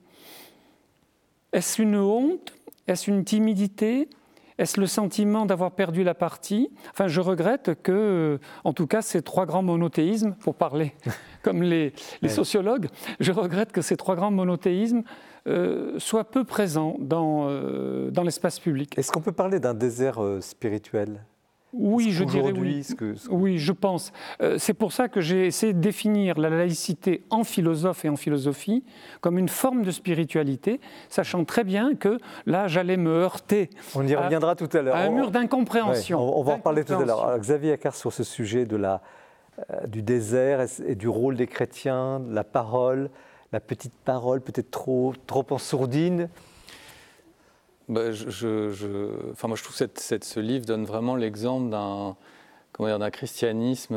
Speaker 5: Est-ce une honte? Est-ce une timidité? Est-ce le sentiment d'avoir perdu la partie? Enfin, je regrette que, en tout cas, ces trois grands monothéismes, pour parler comme les, les sociologues, je regrette que ces trois grands monothéismes euh, soient peu présents dans, euh, dans l'espace public.
Speaker 1: Est-ce qu'on peut parler d'un désert euh, spirituel?
Speaker 5: Oui, je dirais oui. Ce que, ce que... Oui, je pense. Euh, c'est pour ça que j'ai essayé de définir la laïcité en philosophe et en philosophie comme une forme de spiritualité, sachant très bien que là, j'allais me heurter.
Speaker 1: On y reviendra
Speaker 5: à,
Speaker 1: tout à l'heure.
Speaker 5: À un mur d'incompréhension.
Speaker 1: Ouais, on, on va en parler tout à l'heure. Alors, Xavier Accars, sur ce sujet de la, euh, du désert et, et du rôle des chrétiens, la parole, la petite parole, peut-être trop, trop en sourdine.
Speaker 4: Bah, je, je, je, enfin, moi, je trouve que cette, cette, ce livre donne vraiment l'exemple d'un, comment dire, d'un christianisme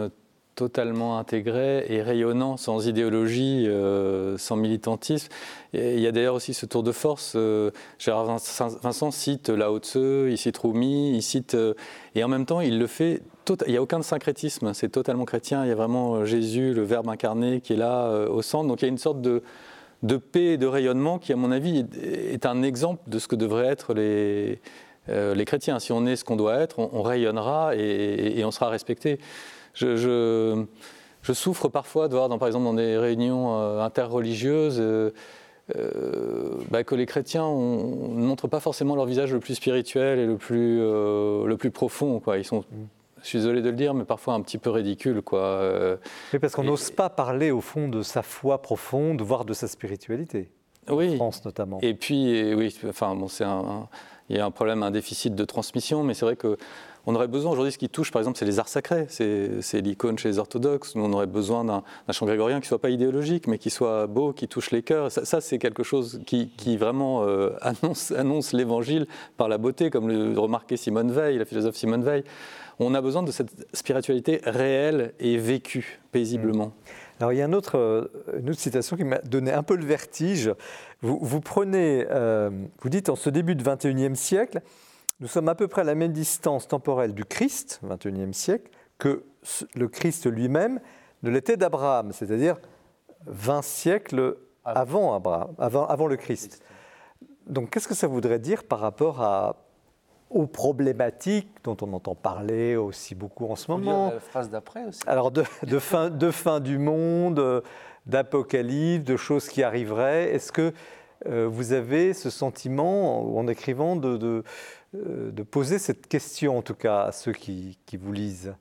Speaker 4: totalement intégré et rayonnant, sans idéologie, euh, sans militantisme. Et il y a d'ailleurs aussi ce tour de force. Euh, Gérard Vincent, Vincent cite Lao Tzu, il cite Rumi, il cite... Euh, et en même temps, il le fait... Tota-, il n'y a aucun syncrétisme, c'est totalement chrétien. Il y a vraiment Jésus, le Verbe incarné, qui est là, euh, au centre. Donc il y a une sorte de, de paix et de rayonnement qui, à mon avis, est, est un exemple de ce que devraient être les, euh, les chrétiens. Si on est ce qu'on doit être, on, on rayonnera et, et, et on sera respecté. Je, je, je souffre parfois de voir, dans, par exemple, dans des réunions euh, interreligieuses, euh, euh, bah, que les chrétiens on, ne montrent pas forcément leur visage le plus spirituel et le plus, euh, le plus profond, quoi. Ils sont, je suis désolé de le dire, mais parfois un petit peu ridicules, quoi. Euh,
Speaker 1: oui, parce qu'on n'ose pas parler, au fond, de sa foi profonde, voire de sa spiritualité.
Speaker 4: Oui.
Speaker 1: En France, notamment.
Speaker 4: Et puis, et, oui, enfin, bon, c'est un, un, il y a un problème, un déficit de transmission, mais c'est vrai que on aurait besoin aujourd'hui, ce qui touche par exemple, c'est les arts sacrés, c'est, c'est l'icône chez les orthodoxes. Nous, on aurait besoin d'un, d'un chant grégorien qui ne soit pas idéologique, mais qui soit beau, qui touche les cœurs. Ça, ça c'est quelque chose qui, qui vraiment euh, annonce, annonce l'évangile par la beauté, comme le remarquait Simone Veil, la philosophe Simone Veil. On a besoin de cette spiritualité réelle et vécue paisiblement.
Speaker 1: Alors il y a une autre, une autre citation qui m'a donné un peu le vertige. Vous, vous prenez, euh, vous dites en ce début du vingt et unième siècle, nous sommes à peu près à la même distance temporelle du Christ, vingt et unième siècle, que le Christ lui-même ne l'était d'Abraham, c'est-à-dire vingt siècles avant, Abraham, avant, avant le Christ. Donc qu'est-ce que ça voudrait dire par rapport à, aux problématiques dont on entend parler aussi beaucoup en ce moment?
Speaker 3: La phrase d'après aussi.
Speaker 1: Alors de, de, fin, de fin du monde, d'apocalypse, de choses qui arriveraient. Est-ce que euh, vous avez ce sentiment, en écrivant, de... de de poser cette question, en tout cas, à ceux qui, qui vous lisent?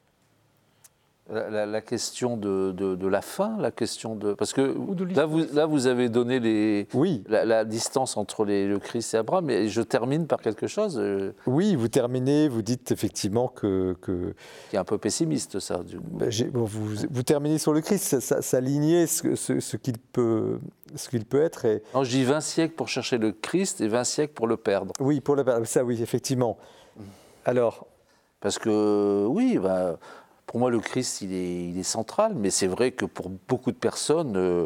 Speaker 3: La, la, la question de, de, de la fin, la question de... Parce que là vous, là, vous avez donné les,
Speaker 1: oui.
Speaker 3: la, la distance entre les, le Christ et Abraham, mais je termine par quelque chose...
Speaker 1: Oui, vous terminez, vous dites effectivement que... que
Speaker 3: qui est un peu pessimiste, ça. Du coup.
Speaker 1: Ben, bon, vous, vous terminez sur le Christ, s'aligner ce, ce, ce qu'il peut, ce qu'il peut être. Et...
Speaker 3: Non, je dis vingt siècles pour chercher le Christ et vingt siècles pour le perdre.
Speaker 1: Oui, pour le perdre, ça oui, effectivement. Alors...
Speaker 3: Parce que, oui, bah, pour moi, le Christ, il est, il est central, mais c'est vrai que pour beaucoup de personnes, euh,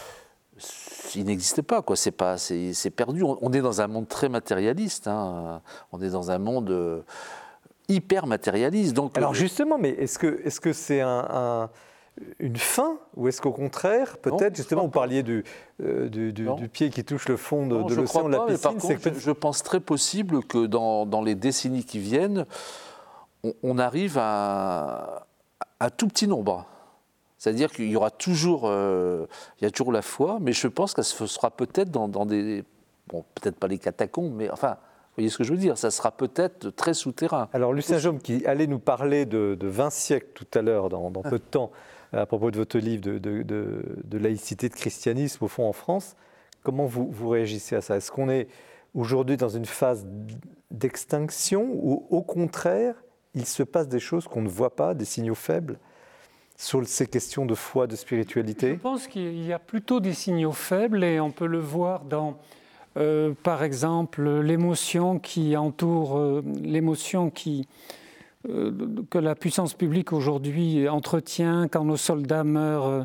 Speaker 3: il n'existe pas, quoi. C'est pas, c'est, c'est perdu. On, on est dans un monde très matérialiste. Hein. On est dans un monde euh, hyper matérialiste. Donc,
Speaker 1: alors
Speaker 3: euh,
Speaker 1: justement, mais est-ce que, est-ce que c'est un, un, une fin, ou est-ce qu'au contraire, peut-être, non, justement, vous parliez du, euh, du, du, du pied qui touche le fond de,
Speaker 3: non,
Speaker 1: de l'océan, de la piscine.
Speaker 3: Par contre, c'est que... je, je pense très possible que dans, dans les décennies qui viennent, on, on arrive à un tout petit nombre. C'est-à-dire qu'il y aura toujours, euh, il y a toujours la foi, mais je pense que ça sera peut-être dans, dans des, bon, peut-être pas les catacombes, mais enfin, vous voyez ce que je veux dire, ça sera peut-être très souterrain.
Speaker 1: Alors Lucien Jaume, qui allait nous parler de, de vingt siècles tout à l'heure, dans, dans peu de temps, à propos de votre livre de, de, de, de laïcité, de christianisme, au fond, en France, comment vous, vous réagissez à ça? Est-ce qu'on est aujourd'hui dans une phase d'extinction ou au contraire, il se passe des choses qu'on ne voit pas, des signaux faibles sur ces questions de foi, de spiritualité?
Speaker 5: Je pense qu'il y a plutôt des signaux faibles et on peut le voir dans, euh, par exemple, l'émotion qui entoure, euh, l'émotion qui, euh, que la puissance publique aujourd'hui entretient quand nos soldats meurent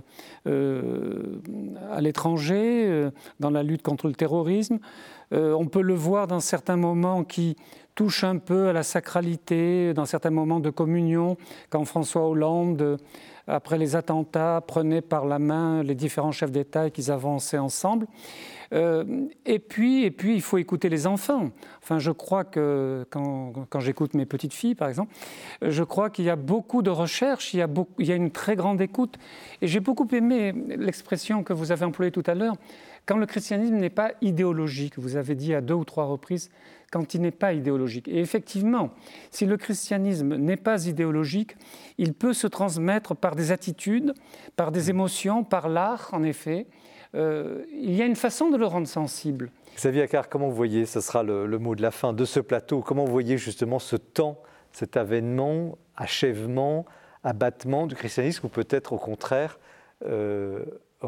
Speaker 5: euh, à l'étranger, euh, dans la lutte contre le terrorisme. Euh, on peut le voir dans certains moments qui touche un peu à la sacralité, dans certains moments de communion, quand François Hollande, après les attentats, prenait par la main les différents chefs d'État et qu'ils avançaient ensemble. Euh, et, puis, et puis, il faut écouter les enfants. Enfin, je crois que, quand, quand j'écoute mes petites filles, par exemple, je crois qu'il y a beaucoup de recherche, il y a, beaucoup, il y a une très grande écoute. Et j'ai beaucoup aimé l'expression que vous avez employée tout à l'heure, quand le christianisme n'est pas idéologique, vous avez dit à deux ou trois reprises, quand il n'est pas idéologique. Et effectivement, si le christianisme n'est pas idéologique, il peut se transmettre par des attitudes, par des émotions, par l'art, en effet. Euh, il y a une façon de le rendre sensible.
Speaker 1: Xavier Accard, comment vous voyez, ce sera le, le mot de la fin de ce plateau, comment vous voyez justement ce temps, cet avènement, achèvement, abattement du christianisme, ou peut-être au contraire, euh,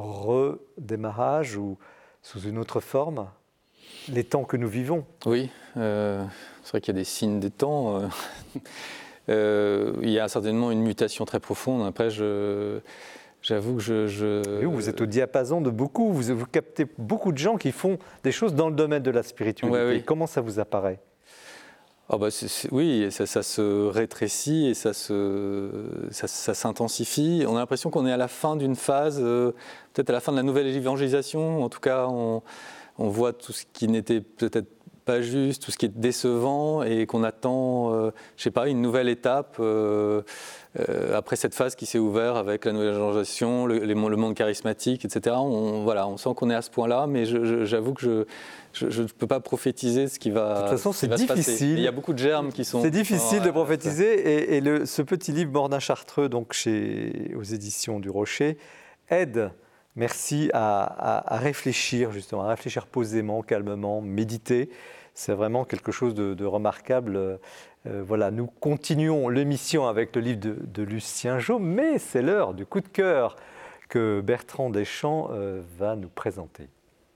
Speaker 1: redémarrage ou sous une autre forme, les temps que nous vivons?
Speaker 4: Oui, euh, c'est vrai qu'il y a des signes des temps. Euh, euh, il y a certainement une mutation très profonde. Après, je... J'avoue que je... je...
Speaker 1: Oui, vous êtes au diapason de beaucoup, vous, vous captez beaucoup de gens qui font des choses dans le domaine de la spiritualité.
Speaker 4: Ouais, oui.
Speaker 1: Comment ça vous apparaît ?
Speaker 4: Oh bah c'est, c'est, oui, ça, ça se rétrécit et ça, se, ça, ça s'intensifie. On a l'impression qu'on est à la fin d'une phase, euh, peut-être à la fin de la nouvelle évangélisation. En tout cas, on, on voit tout ce qui n'était peut-être pas juste, tout ce qui est décevant et qu'on attend, euh, je sais pas, une nouvelle étape euh, euh, après cette phase qui s'est ouverte avec la nouvelle évangélisation, le, les, le monde charismatique, et cetera. On, voilà, on sent qu'on est à ce point-là, mais je, je, j'avoue que je ne peux pas prophétiser ce qui va,
Speaker 1: de toute façon,
Speaker 4: ce qui
Speaker 1: c'est
Speaker 4: va
Speaker 1: difficile.
Speaker 4: se passer. Il y a beaucoup de germes qui sont...
Speaker 1: C'est difficile
Speaker 4: oh,
Speaker 1: de prophétiser et, et le, ce petit livre Mornin-Chartreux, donc chez, aux éditions du Rocher, aide, merci, à, à, à réfléchir justement, à réfléchir posément, calmement, méditer. C'est vraiment quelque chose de, de remarquable. Euh, voilà, nous continuons l'émission avec le livre de, de Lucien Jaume, mais c'est l'heure du coup de cœur que Bertrand Deschamps euh, va nous présenter.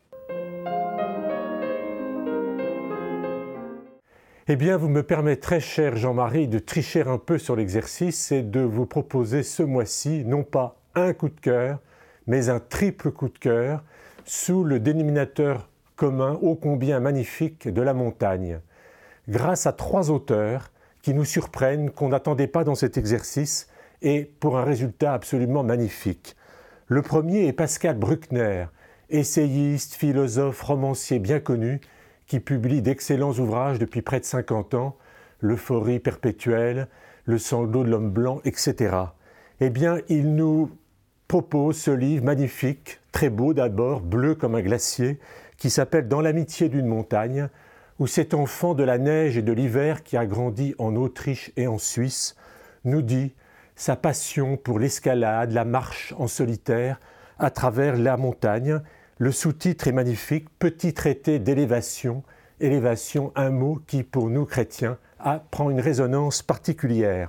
Speaker 6: Eh bien, vous me permettrez, cher Jean-Marie, de tricher un peu sur l'exercice et de vous proposer ce mois-ci, non pas un coup de cœur, mais un triple coup de cœur sous le dénominateur commun ô combien magnifique de la montagne, grâce à trois auteurs qui nous surprennent, qu'on n'attendait pas dans cet exercice, et pour un résultat absolument magnifique. Le premier est Pascal Bruckner, essayiste, philosophe, romancier bien connu, qui publie d'excellents ouvrages depuis près de cinquante ans, L'euphorie perpétuelle, Le sanglot de l'homme blanc, et cetera. Eh bien, il nous propose ce livre magnifique, très beau d'abord, bleu comme un glacier, qui s'appelle « Dans l'amitié d'une montagne », où cet enfant de la neige et de l'hiver qui a grandi en Autriche et en Suisse nous dit sa passion pour l'escalade, la marche en solitaire à travers la montagne. Le sous-titre est magnifique, « Petit traité d'élévation ». Élévation, un mot qui, pour nous chrétiens, a, prend une résonance particulière.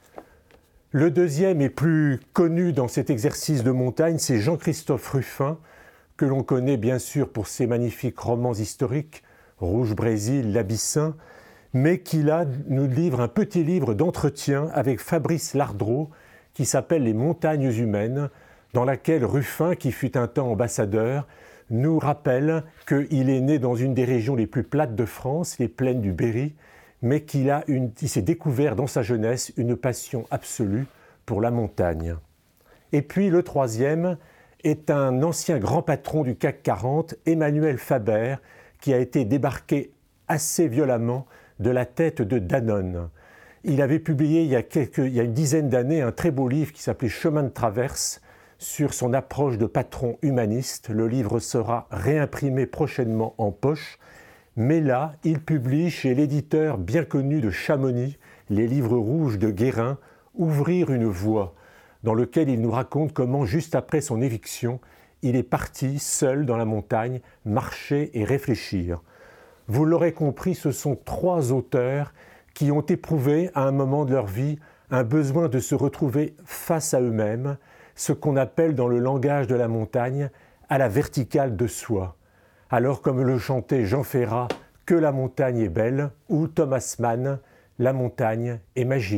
Speaker 6: Le deuxième et plus connu dans cet exercice de montagne, c'est Jean-Christophe Ruffin, que l'on connaît bien sûr pour ses magnifiques romans historiques, Rouge Brésil, L'Abyssin, mais qui là nous livre un petit livre d'entretien avec Fabrice Lardreau qui s'appelle « Les montagnes humaines », dans laquelle Ruffin, qui fut un temps ambassadeur, nous rappelle qu'il est né dans une des régions les plus plates de France, les plaines du Berry, mais qu'il a une, il s'est découvert dans sa jeunesse une passion absolue pour la montagne. Et puis le troisième est un ancien grand patron du C A C quarante, Emmanuel Faber, qui a été débarqué assez violemment de la tête de Danone. Il avait publié il y a, quelques, il y a une dizaine d'années un très beau livre qui s'appelait « Chemin de traverse » sur son approche de patron humaniste. Le livre sera réimprimé prochainement en poche. Mais là, il publie chez l'éditeur bien connu de Chamonix, Les Livres Rouges de Guérin, « Ouvrir une voie », dans lequel il nous raconte comment, juste après son éviction, il est parti seul dans la montagne, marcher et réfléchir. Vous l'aurez compris, ce sont trois auteurs qui ont éprouvé à un moment de leur vie un besoin de se retrouver face à eux-mêmes, ce qu'on appelle dans le langage de la montagne à la verticale de soi. Alors comme le chantait Jean Ferrat, « Que la montagne est belle » ou Thomas Mann, « La montagne est magique ».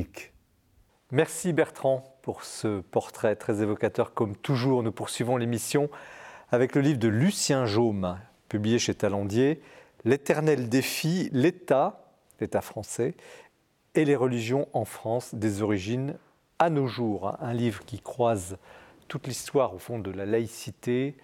Speaker 1: Merci Bertrand pour ce portrait très évocateur. Comme toujours, nous poursuivons l'émission avec le livre de Lucien Jaume, publié chez Talandier, « L'éternel défi, l'État, l'État français, et les religions en France, des origines à nos jours ». Un livre qui croise toute l'histoire, au fond, de la laïcité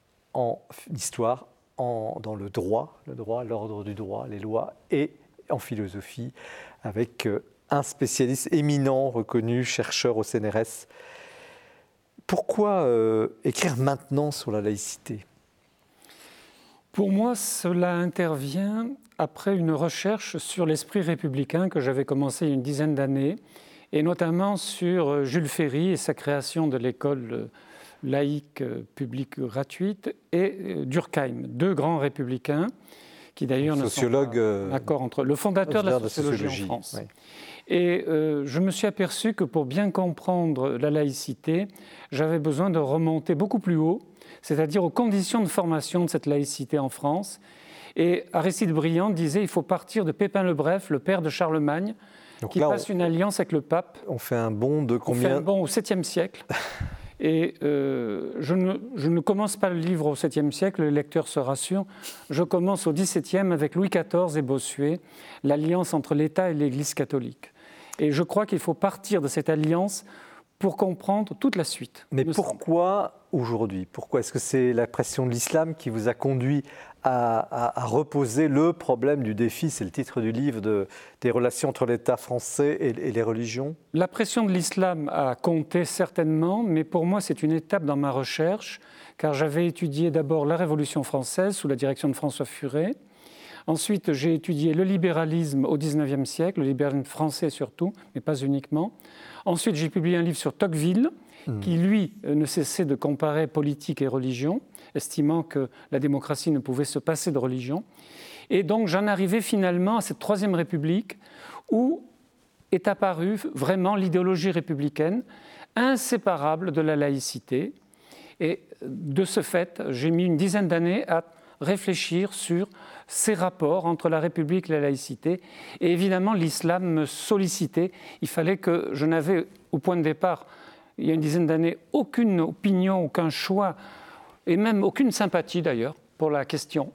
Speaker 1: en histoire, en, dans le droit, le droit, l'ordre du droit, les lois, et en philosophie, avec un spécialiste éminent, reconnu, chercheur au C N R S. Pourquoi euh, écrire maintenant sur la laïcité ?
Speaker 5: Pour moi, cela intervient après une recherche sur l'esprit républicain que j'avais commencé il y a une dizaine d'années, et notamment sur Jules Ferry et sa création de l'école laïque publique gratuite, et Durkheim, deux grands républicains qui d'ailleurs ne sont pas d'accord entre eux, le fondateur de la sociologie, de la sociologie en France. Oui. Et euh, je me suis aperçu que pour bien comprendre la laïcité, j'avais besoin de remonter beaucoup plus haut, c'est-à-dire aux conditions de formation de cette laïcité en France. Et Aristide Briand disait qu'il faut partir de Pépin le Bref, le père de Charlemagne,
Speaker 1: Donc
Speaker 5: qui
Speaker 1: là,
Speaker 5: passe
Speaker 1: on,
Speaker 5: une alliance avec le pape.
Speaker 1: on fait un bond de
Speaker 5: On
Speaker 1: combien?
Speaker 5: fait un bond au septième siècle. Et euh, je, ne, je ne commence pas le livre au septième siècle, le lecteur se rassure. Je commence au dix-septième avec Louis quatorze et Bossuet, l'alliance entre l'État et l'Église catholique. Et je crois qu'il faut partir de cette alliance pour comprendre toute la suite.
Speaker 1: Mais pourquoi aujourd'hui? Pourquoi? Est-ce que c'est la pression de l'islam qui vous a conduit à, à, à reposer le problème du défi, c'est le titre du livre, de, des relations entre l'État français et, et les religions?
Speaker 5: La pression de l'islam a compté certainement, mais pour moi c'est une étape dans ma recherche, car j'avais étudié d'abord la Révolution française sous la direction de François Furet. Ensuite, j'ai étudié le libéralisme au dix-neuvième siècle, le libéralisme français surtout, mais pas uniquement. Ensuite, j'ai publié un livre sur Tocqueville, mmh. qui, lui, ne cessait de comparer politique et religion, estimant que la démocratie ne pouvait se passer de religion. Et donc, j'en arrivais finalement à cette Troisième République, où est apparue vraiment l'idéologie républicaine, inséparable de la laïcité. Et de ce fait, j'ai mis une dizaine d'années à réfléchir sur ces rapports entre la République et la laïcité. Et évidemment, l'islam me sollicitait. Il fallait que je n'avais, au point de départ, il y a une dizaine d'années, aucune opinion, aucun choix, et même aucune sympathie d'ailleurs pour la question.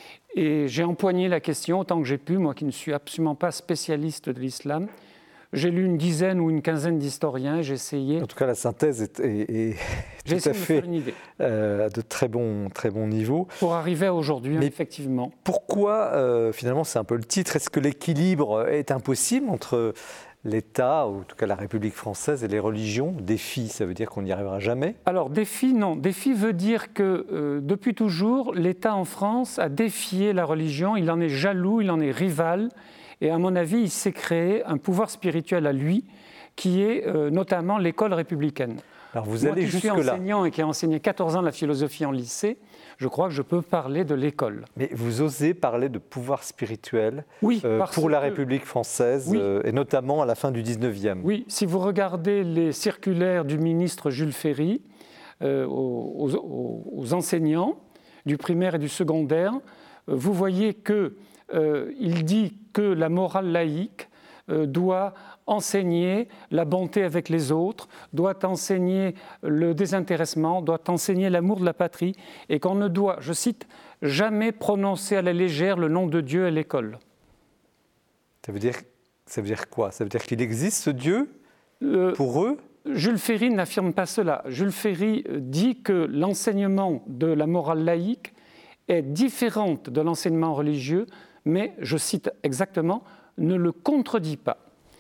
Speaker 5: Et j'ai empoigné la question autant que j'ai pu, moi qui ne suis absolument pas spécialiste de l'islam. J'ai lu une dizaine ou une quinzaine d'historiens, j'ai essayé.
Speaker 1: En tout cas, la synthèse est, est, est tout à fait euh, de très bon, très bon niveau.
Speaker 5: Pour arriver à aujourd'hui,
Speaker 1: Mais
Speaker 5: effectivement.
Speaker 1: Pourquoi, euh, finalement, c'est un peu le titre, est-ce que l'équilibre est impossible entre l'État, ou en tout cas la République française, et les religions? Défi, ça veut dire qu'on n'y arrivera jamais?
Speaker 5: Alors, défi, non. Défi veut dire que, euh, depuis toujours, l'État en France a défié la religion. Il en est jaloux, il en est rival. Et à mon avis, il s'est créé un pouvoir spirituel à lui, qui est euh, notamment l'école républicaine.
Speaker 1: Alors vous
Speaker 5: Moi
Speaker 1: allez
Speaker 5: qui suis
Speaker 1: jusque-là.
Speaker 5: enseignant et qui a enseigné quatorze ans la philosophie en lycée, je crois que je peux parler de l'école.
Speaker 1: Mais vous osez parler de pouvoir spirituel
Speaker 5: oui,
Speaker 1: euh,
Speaker 5: parce
Speaker 1: pour la
Speaker 5: que,
Speaker 1: République française,
Speaker 5: oui,
Speaker 1: euh, et notamment à la fin du dix-neuvième.
Speaker 5: Oui, si vous regardez les circulaires du ministre Jules Ferry euh, aux, aux, aux enseignants du primaire et du secondaire, euh, vous voyez qu'il euh, dit que la morale laïque euh, doit enseigner la bonté avec les autres, doit enseigner le désintéressement, doit enseigner l'amour de la patrie, et qu'on ne doit, je cite, jamais prononcer à la légère le nom de Dieu à l'école.
Speaker 1: Ça veut dire, ça veut dire quoi? Ça veut dire qu'il existe ce Dieu
Speaker 5: euh,
Speaker 1: pour eux?
Speaker 5: Jules Ferry n'affirme pas cela. Jules Ferry dit que l'enseignement de la morale laïque est différente de l'enseignement religieux, mais, je cite exactement, ne le contredit pas.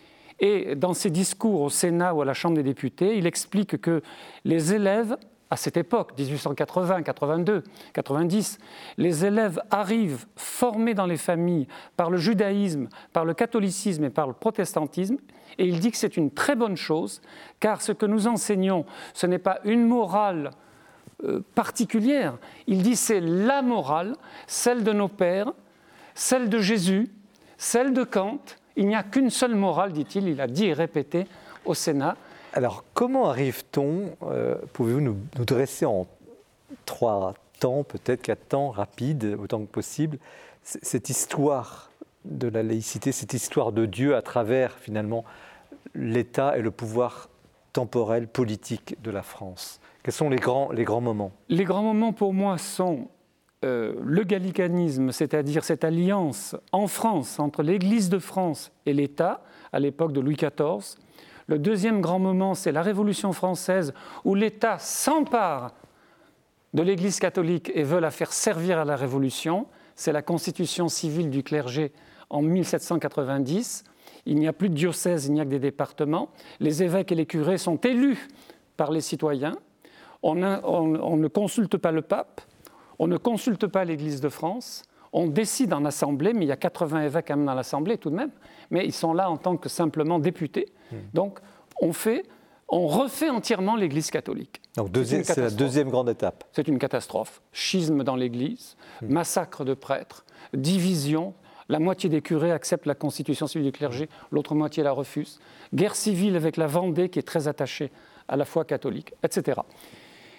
Speaker 5: Et dans ses discours au Sénat ou à la Chambre des députés, il explique que les élèves, à cette époque, dix-huit cent quatre-vingts, quatre-vingt-deux, quatre-vingt-dix, les élèves arrivent formés dans les familles par le judaïsme, par le catholicisme et par le protestantisme, et il dit que c'est une très bonne chose, car ce que nous enseignons, ce n'est pas une morale euh, particulière, il dit c'est la morale, celle de nos pères, celle de Jésus, celle de Kant. Il n'y a qu'une seule morale, dit-il, il a dit et répété au Sénat.
Speaker 1: Alors, comment arrive-t-on, euh, pouvez-vous nous, nous dresser en trois temps, peut-être quatre temps, rapides, autant que possible, cette histoire de la laïcité, cette histoire de Dieu à travers, finalement, l'État et le pouvoir temporel, politique de la France? Quels sont les grands, les grands moments? Les
Speaker 5: grands moments, pour moi, sont Euh, le gallicanisme, c'est-à-dire cette alliance en France entre l'Église de France et l'État, à l'époque de Louis quatorze. Le deuxième grand moment, c'est la Révolution française, où l'État s'empare de l'Église catholique et veut la faire servir à la Révolution. C'est la constitution civile du clergé en mille sept cent quatre-vingt-dix. Il n'y a plus de diocèse, il n'y a que des départements. Les évêques et les curés sont élus par les citoyens. On, a, on, on ne consulte pas le pape. On ne consulte pas l'Église de France, on décide en assemblée, mais il y a quatre-vingts évêques quand même dans l'assemblée tout de même, mais ils sont là en tant que simplement députés. Mmh. Donc on, fait, on refait entièrement l'Église catholique. Donc deuxième, c'est la deuxième grande étape. C'est une catastrophe. Schisme dans l'Église, mmh. massacre de prêtres, division. La moitié des curés acceptent la constitution civile du clergé, l'autre moitié la refuse. Guerre civile avec la Vendée qui est très attachée à la foi catholique, et cetera.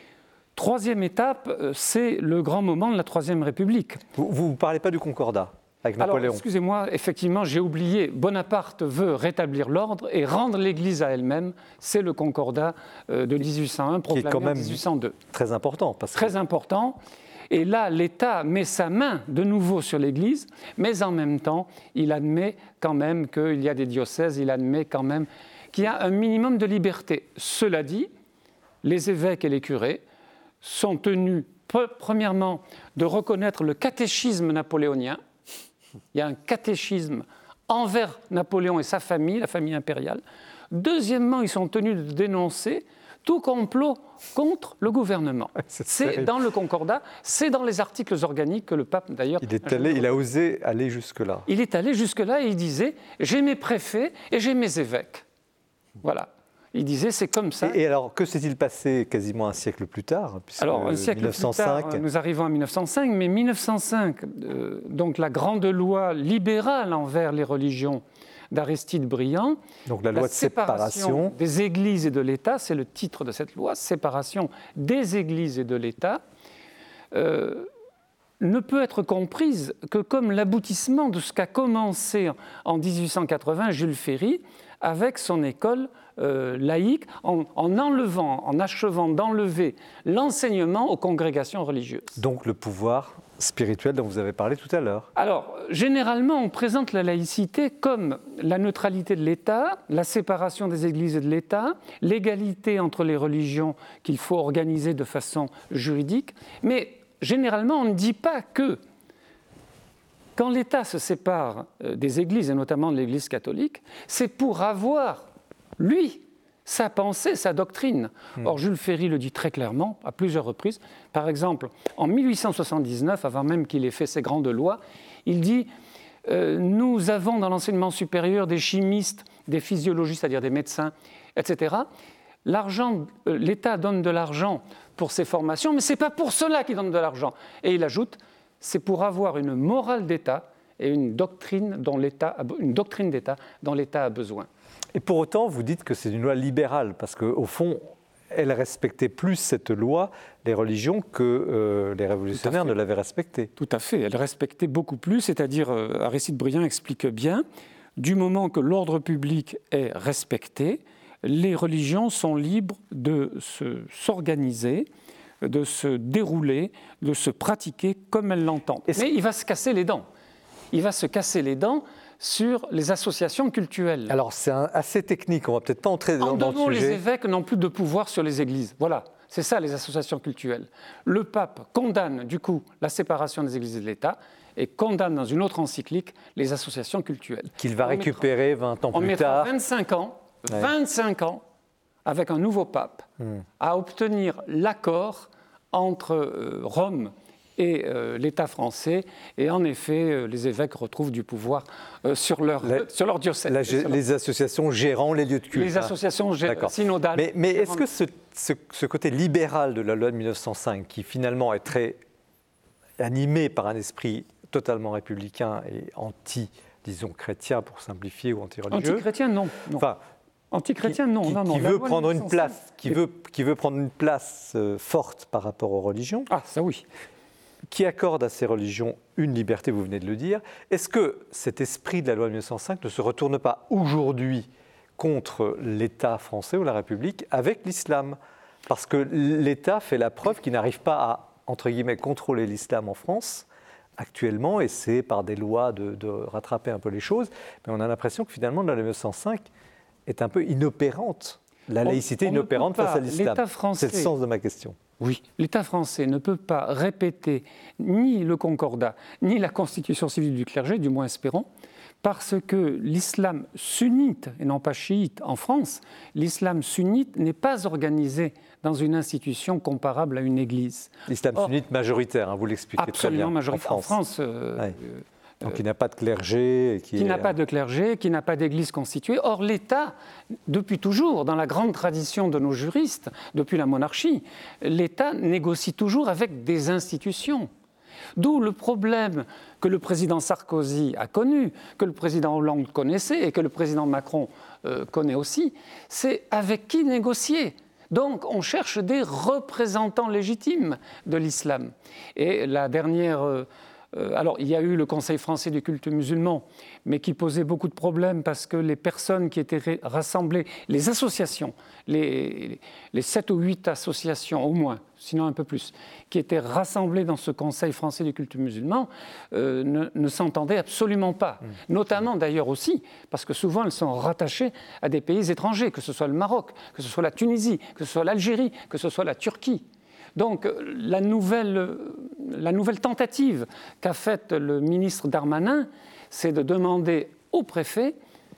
Speaker 5: Troisième étape, c'est le grand moment de la Troisième République.
Speaker 1: Vous ne parlez pas du Concordat? avec Napoléon.
Speaker 5: Alors, excusez-moi, effectivement, j'ai oublié, Bonaparte veut rétablir l'ordre et rendre l'Église à elle-même. C'est le Concordat de dix-huit cent un, proclamé
Speaker 1: qui est quand même
Speaker 5: en dix-huit cent deux.
Speaker 1: Très important. Parce que...
Speaker 5: Très important. Et là, l'État met sa main de nouveau sur l'Église, mais en même temps, il admet quand même qu'il y a des diocèses, il admet quand même qu'il y a un minimum de liberté. Cela dit, les évêques et les curés sont tenus, premièrement, de reconnaître le catéchisme napoléonien. Il y a un catéchisme envers Napoléon et sa famille, la famille impériale. Deuxièmement, ils sont tenus de dénoncer tout complot contre le gouvernement. C'est, c'est dans le Concordat, c'est dans les articles organiques que le pape, d'ailleurs...
Speaker 1: Il, est allé, il a osé aller jusque-là.
Speaker 5: Il est allé jusque-là et il disait « j'ai mes préfets et j'ai mes évêques ». Voilà. Il disait « c'est comme ça ».
Speaker 1: Et, et alors, que s'est-il passé quasiment un siècle plus tard, puisque
Speaker 5: alors, un siècle
Speaker 1: mille neuf cent cinq...
Speaker 5: plus tard, nous arrivons en mille neuf cent cinq, mais mille neuf cent cinq, euh, donc la grande loi libérale envers les religions d'Aristide Briand,
Speaker 1: donc la loi
Speaker 5: la
Speaker 1: de séparation,
Speaker 5: séparation des églises et de l'État, c'est le titre de cette loi, séparation des églises et de l'État, euh, ne peut être comprise que comme l'aboutissement de ce qu'a commencé en dix-huit cent quatre-vingts Jules Ferry avec son école euh, laïque, en, en enlevant, en achevant d'enlever l'enseignement aux congrégations religieuses.
Speaker 1: Donc le pouvoir spirituel dont vous avez parlé tout à l'heure.
Speaker 5: Alors, généralement, on présente la laïcité comme la neutralité de l'État, la séparation des églises et de l'État, l'égalité entre les religions qu'il faut organiser de façon juridique, mais généralement, on ne dit pas que quand l'État se sépare des églises, et notamment de l'Église catholique, c'est pour avoir, lui, sa pensée, sa doctrine. Mmh. Or, Jules Ferry le dit très clairement, à plusieurs reprises. Par exemple, en mille huit cent soixante-dix-neuf, avant même qu'il ait fait ses grandes lois, il dit euh, « Nous avons dans l'enseignement supérieur des chimistes, des physiologistes, c'est-à-dire des médecins, et cetera. L'argent, euh, l'État donne de l'argent pour ces formations, mais ce n'est pas pour cela qu'il donne de l'argent. » Et il ajoute « C'est pour avoir une morale d'État et une doctrine, dont l'État a, une doctrine d'État dont l'État a besoin. »
Speaker 1: Et pour autant, vous dites que c'est une loi libérale, parce qu'au fond, elle respectait plus cette loi, les religions, que euh, les révolutionnaires ne l'avaient respectée.
Speaker 5: Tout à fait, elle respectait beaucoup plus, c'est-à-dire, euh, Aristide Briand explique bien, du moment que l'ordre public est respecté, les religions sont libres de se, s'organiser, de se dérouler, de se pratiquer comme elles l'entendent. Mais il va se casser les dents. Il va se casser les dents sur les associations cultuelles.
Speaker 1: Alors c'est un, assez technique, on ne va peut-être pas entrer dans,
Speaker 5: en
Speaker 1: dans le sujet.
Speaker 5: Les évêques n'ont plus de pouvoir sur les églises. Voilà, c'est ça les associations cultuelles. Le pape condamne du coup la séparation des églises et de l'État et condamne dans une autre encyclique les associations cultuelles.
Speaker 1: Qu'il va on récupérer mettra, vingt ans plus
Speaker 5: on
Speaker 1: tard.
Speaker 5: On mettra vingt-cinq ans, ouais. vingt-cinq ans avec un nouveau pape hmm. à obtenir l'accord entre euh, Rome et euh, l'État français. Et en effet, euh, les évêques retrouvent du pouvoir euh, sur, leur, la, euh, sur leur diocèse.
Speaker 1: La, les associations gérant les lieux de culte.
Speaker 5: Les associations gé- synodales.
Speaker 1: Mais, mais est-ce que ce, ce, ce côté libéral de la loi de mille neuf cent cinq, qui finalement est très animé par un esprit totalement républicain et anti, disons, chrétien pour simplifier, ou anti-religieux.
Speaker 5: Anti-chrétien, non. non.
Speaker 1: Enfin,
Speaker 5: Anti-chrétien, non.
Speaker 1: Qui,
Speaker 5: non, non.
Speaker 1: qui veut prendre une place, qui veut, qui veut prendre une place euh, forte par rapport aux religions.
Speaker 5: Ah, ça oui.
Speaker 1: Qui accorde à ces religions une liberté, vous venez de le dire. Est-ce que cet esprit de la loi de mille neuf cent cinq ne se retourne pas aujourd'hui contre l'État français ou la République avec l'islam ? Parce que l'État fait la preuve qu'il n'arrive pas à, entre guillemets, contrôler l'islam en France actuellement, et c'est par des lois de, de rattraper un peu les choses. Mais on a l'impression que finalement, la loi de mille neuf cent cinq est un peu inopérante. La on, laïcité on inopérante face à l'islam. C'est le sens de ma question.
Speaker 5: Oui, l'État français ne peut pas répéter ni le Concordat, ni la constitution civile du clergé, du moins espérons, parce que l'islam sunnite, et non pas chiite, en France, l'islam sunnite n'est pas organisé dans une institution comparable à une église.
Speaker 1: L'islam
Speaker 5: Or,
Speaker 1: sunnite majoritaire, hein, vous l'expliquez très bien.
Speaker 5: Absolument majoritaire. En France, en France
Speaker 1: euh, ouais. euh, donc il n'a pas de clergé.
Speaker 5: Qui, qui n'a pas de clergé, qui n'a pas d'église constituée. Or, l'État, depuis toujours, dans la grande tradition de nos juristes, depuis la monarchie, l'État négocie toujours avec des institutions. D'où le problème que le président Sarkozy a connu, que le président Hollande connaissait et que le président Macron euh, connaît aussi, c'est avec qui négocier. Donc, on cherche des représentants légitimes de l'islam. Et la dernière... Euh, Euh, alors, il y a eu le Conseil français du culte musulman, mais qui posait beaucoup de problèmes parce que les personnes qui étaient rassemblées, les associations, les, les sept ou huit associations au moins, sinon un peu plus, qui étaient rassemblées dans ce Conseil français du culte musulman, euh, ne, ne s'entendaient absolument pas. Mmh. Notamment d'ailleurs aussi, parce que souvent elles sont rattachées à des pays étrangers, que ce soit le Maroc, que ce soit la Tunisie, que ce soit l'Algérie, que ce soit la Turquie. Donc la nouvelle, la nouvelle tentative qu'a faite le ministre Darmanin, c'est de demander au préfet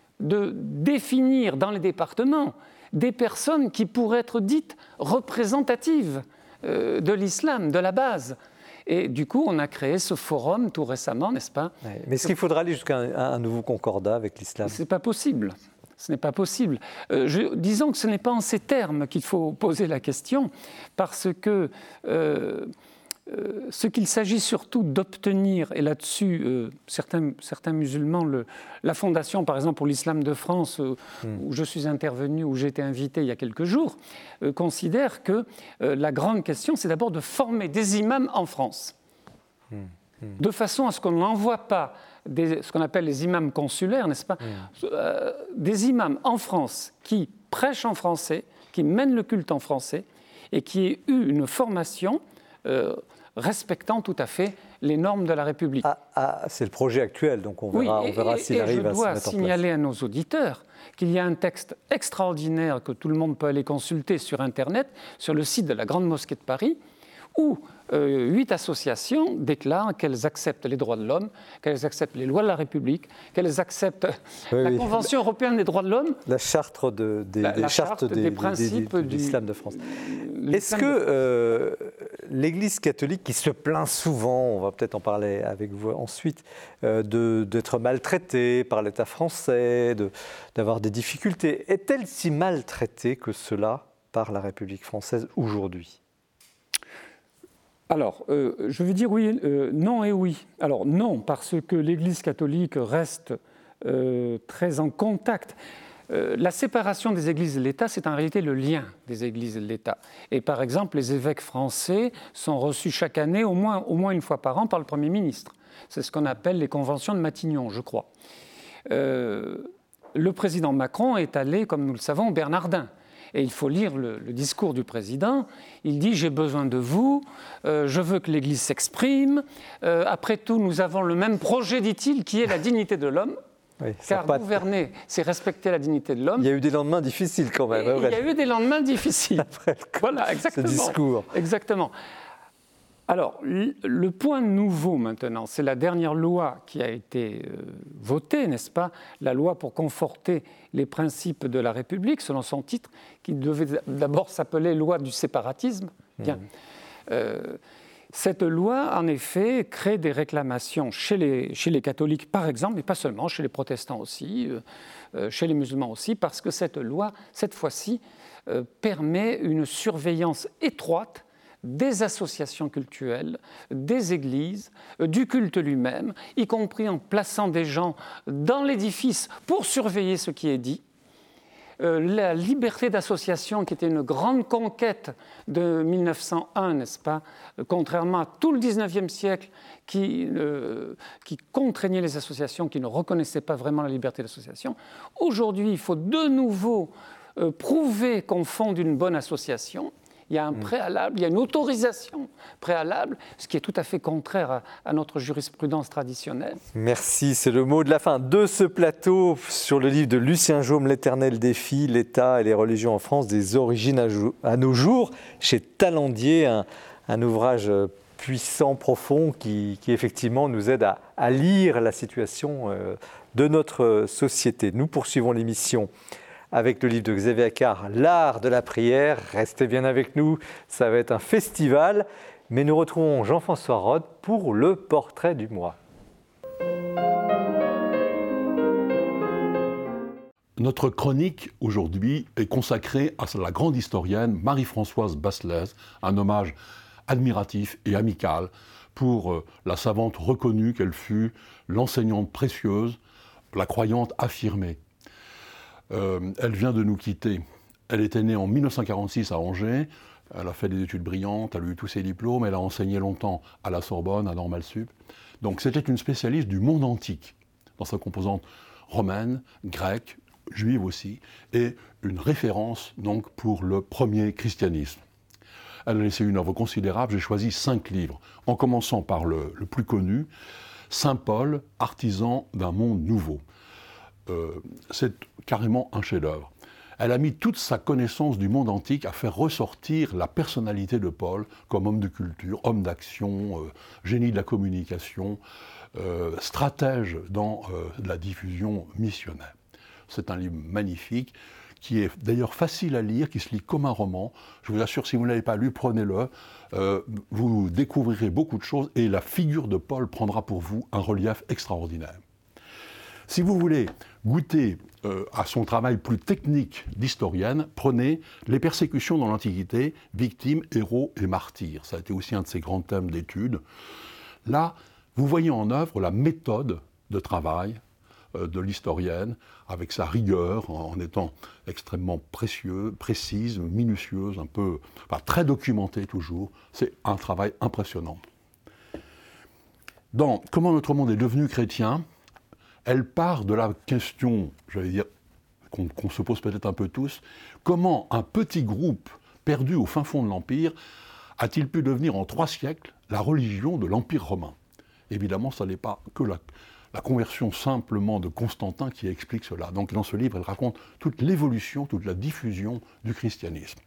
Speaker 5: de définir dans les départements des personnes qui pourraient être dites représentatives euh, de l'islam, de la base. Et du coup, on a créé ce forum tout récemment, n'est-ce pas ?
Speaker 1: Ouais, mais est-ce qu'il faudra aller jusqu'à un, un nouveau concordat avec l'islam ?
Speaker 5: Ce n'est pas possible. Ce n'est pas possible. Euh, je, disons que ce n'est pas en ces termes qu'il faut poser la question, parce que euh, euh, ce qu'il s'agit surtout d'obtenir, et là-dessus, euh, certains, certains musulmans, le, la Fondation, par exemple, pour l'islam de France, euh, mmh. où je suis intervenu, où j'ai été invité il y a quelques jours, euh, considère que euh, la grande question, c'est d'abord de former des imams en France, mmh. Mmh. de façon à ce qu'on n'envoie pas Des, ce qu'on appelle les imams consulaires, n'est-ce pas ? mmh. euh, Des imams en France qui prêchent en français, qui mènent le culte en français et qui aient eu une formation euh, respectant tout à fait les normes de la République.
Speaker 1: Ah, ah, c'est le projet actuel, donc on verra,
Speaker 5: oui,
Speaker 1: on verra s'il arrive à se mettre en place.
Speaker 5: Je dois signaler à nos auditeurs qu'il y a un texte extraordinaire que tout le monde peut aller consulter sur Internet, sur le site de la Grande Mosquée de Paris, où euh, huit associations déclarent qu'elles acceptent les droits de l'homme, qu'elles acceptent les lois de la République, qu'elles acceptent oui, la oui. Convention européenne des droits de l'homme.
Speaker 1: La charte de, des,
Speaker 5: la,
Speaker 1: des,
Speaker 5: la
Speaker 1: chartes
Speaker 5: charte des,
Speaker 1: des,
Speaker 5: principes
Speaker 1: des, des,
Speaker 5: du,
Speaker 1: de l'islam de France. Est-ce que euh, l'Église catholique, qui se plaint souvent, on va peut-être en parler avec vous ensuite, euh, de, d'être maltraitée par l'État français, de, d'avoir des difficultés, est-elle si maltraitée que cela par la République française aujourd'hui ?
Speaker 5: Alors, euh, je veux dire oui, euh, non et oui. Alors non, parce que l'Église catholique reste euh, très en contact. Euh, la séparation des Églises et de l'État, c'est en réalité le lien des Églises et de l'État. Et par exemple, les évêques français sont reçus chaque année, au moins, au moins une fois par an, par le Premier ministre. C'est ce qu'on appelle les conventions de Matignon, je crois. Euh, le président Macron est allé, comme nous le savons, au Bernardin. Et il faut lire le, le discours du président. Il dit « J'ai besoin de vous, euh, je veux que l'Église s'exprime. Euh, après tout, nous avons le même projet, dit-il, qui est la dignité de l'homme. Oui, car pas... gouverner, c'est respecter la dignité de l'homme. »
Speaker 1: Il y a eu des lendemains difficiles quand même.
Speaker 5: Il y a eu des lendemains difficiles. Après le... Voilà, exactement.
Speaker 1: Ce discours.
Speaker 5: Exactement. Alors, le point nouveau maintenant, c'est la dernière loi qui a été euh, votée, n'est-ce pas ? La loi pour conforter les principes de la République, selon son titre, qui devait d'abord s'appeler loi du séparatisme. Bien. Mmh. Euh, cette loi, en effet, crée des réclamations chez les, chez les catholiques, par exemple, mais pas seulement, chez les protestants aussi, euh, chez les musulmans aussi, parce que cette loi, cette fois-ci, euh, permet une surveillance étroite des associations cultuelles, des églises, du culte lui-même, y compris en plaçant des gens dans l'édifice pour surveiller ce qui est dit. Euh, la liberté d'association, qui était une grande conquête de mille neuf cent un, n'est-ce pas, contrairement à tout le dix-neuvième siècle qui, euh, qui contraignait les associations, qui ne reconnaissait pas vraiment la liberté d'association. Aujourd'hui, il faut de nouveau euh, prouver qu'on fonde une bonne association. Il y a un préalable, il y a une autorisation préalable, ce qui est tout à fait contraire à, à notre jurisprudence traditionnelle.
Speaker 1: Merci, c'est le mot de la fin de ce plateau sur le livre de Lucien Jaume, L'éternel défi, l'État et les religions en France, des origines à, jou- à nos jours, chez Talandier, un, un ouvrage puissant, profond, qui, qui effectivement nous aide à, à lire la situation euh, de notre société. Nous poursuivons l'émission avec le livre de Xavier Accart, L'art de la prière. Restez bien avec nous, ça va être un festival. Mais nous retrouvons Jean-François Rode pour le portrait du mois.
Speaker 7: Notre chronique aujourd'hui est consacrée à la grande historienne Marie-Françoise Basselès, un hommage admiratif et amical pour la savante reconnue qu'elle fut, l'enseignante précieuse, la croyante affirmée. Euh, elle vient de nous quitter. Elle était née en mille neuf cent quarante-six à Angers. Elle a fait des études brillantes, elle a eu tous ses diplômes, elle a enseigné longtemps à la Sorbonne, à Normal Sup. Donc c'était une spécialiste du monde antique, dans sa composante romaine, grecque, juive aussi, et une référence donc pour le premier christianisme. Elle a laissé une œuvre considérable, j'ai choisi cinq livres, en commençant par le, le plus connu, Saint Paul, artisan d'un monde nouveau. Euh, c'est carrément un chef-d'œuvre. Elle a mis toute sa connaissance du monde antique à faire ressortir la personnalité de Paul comme homme de culture, homme d'action, euh, génie de la communication, euh, stratège dans euh, la diffusion missionnaire. C'est un livre magnifique, qui est d'ailleurs facile à lire, qui se lit comme un roman. Je vous assure, si vous ne l'avez pas lu, prenez-le. Euh, vous découvrirez beaucoup de choses et la figure de Paul prendra pour vous un relief extraordinaire. Si vous voulez goûter euh, à son travail plus technique d'historienne, prenez Les persécutions dans l'Antiquité, victimes, héros et martyrs. Ça a été aussi un de ses grands thèmes d'études. Là, vous voyez en œuvre la méthode de travail euh, de l'historienne, avec sa rigueur, en, en étant extrêmement précieux, précise, minutieuse, un peu, enfin, très documentée toujours. C'est un travail impressionnant. Dans Comment notre monde est devenu chrétien, elle part de la question, j'allais dire, qu'on qu'on se pose peut-être un peu tous, comment un petit groupe perdu au fin fond de l'Empire a-t-il pu devenir en trois siècles la religion de l'Empire romain? Évidemment, ce n'est pas que la, la conversion simplement de Constantin qui explique cela. Donc dans ce livre, elle raconte toute l'évolution, toute la diffusion du christianisme.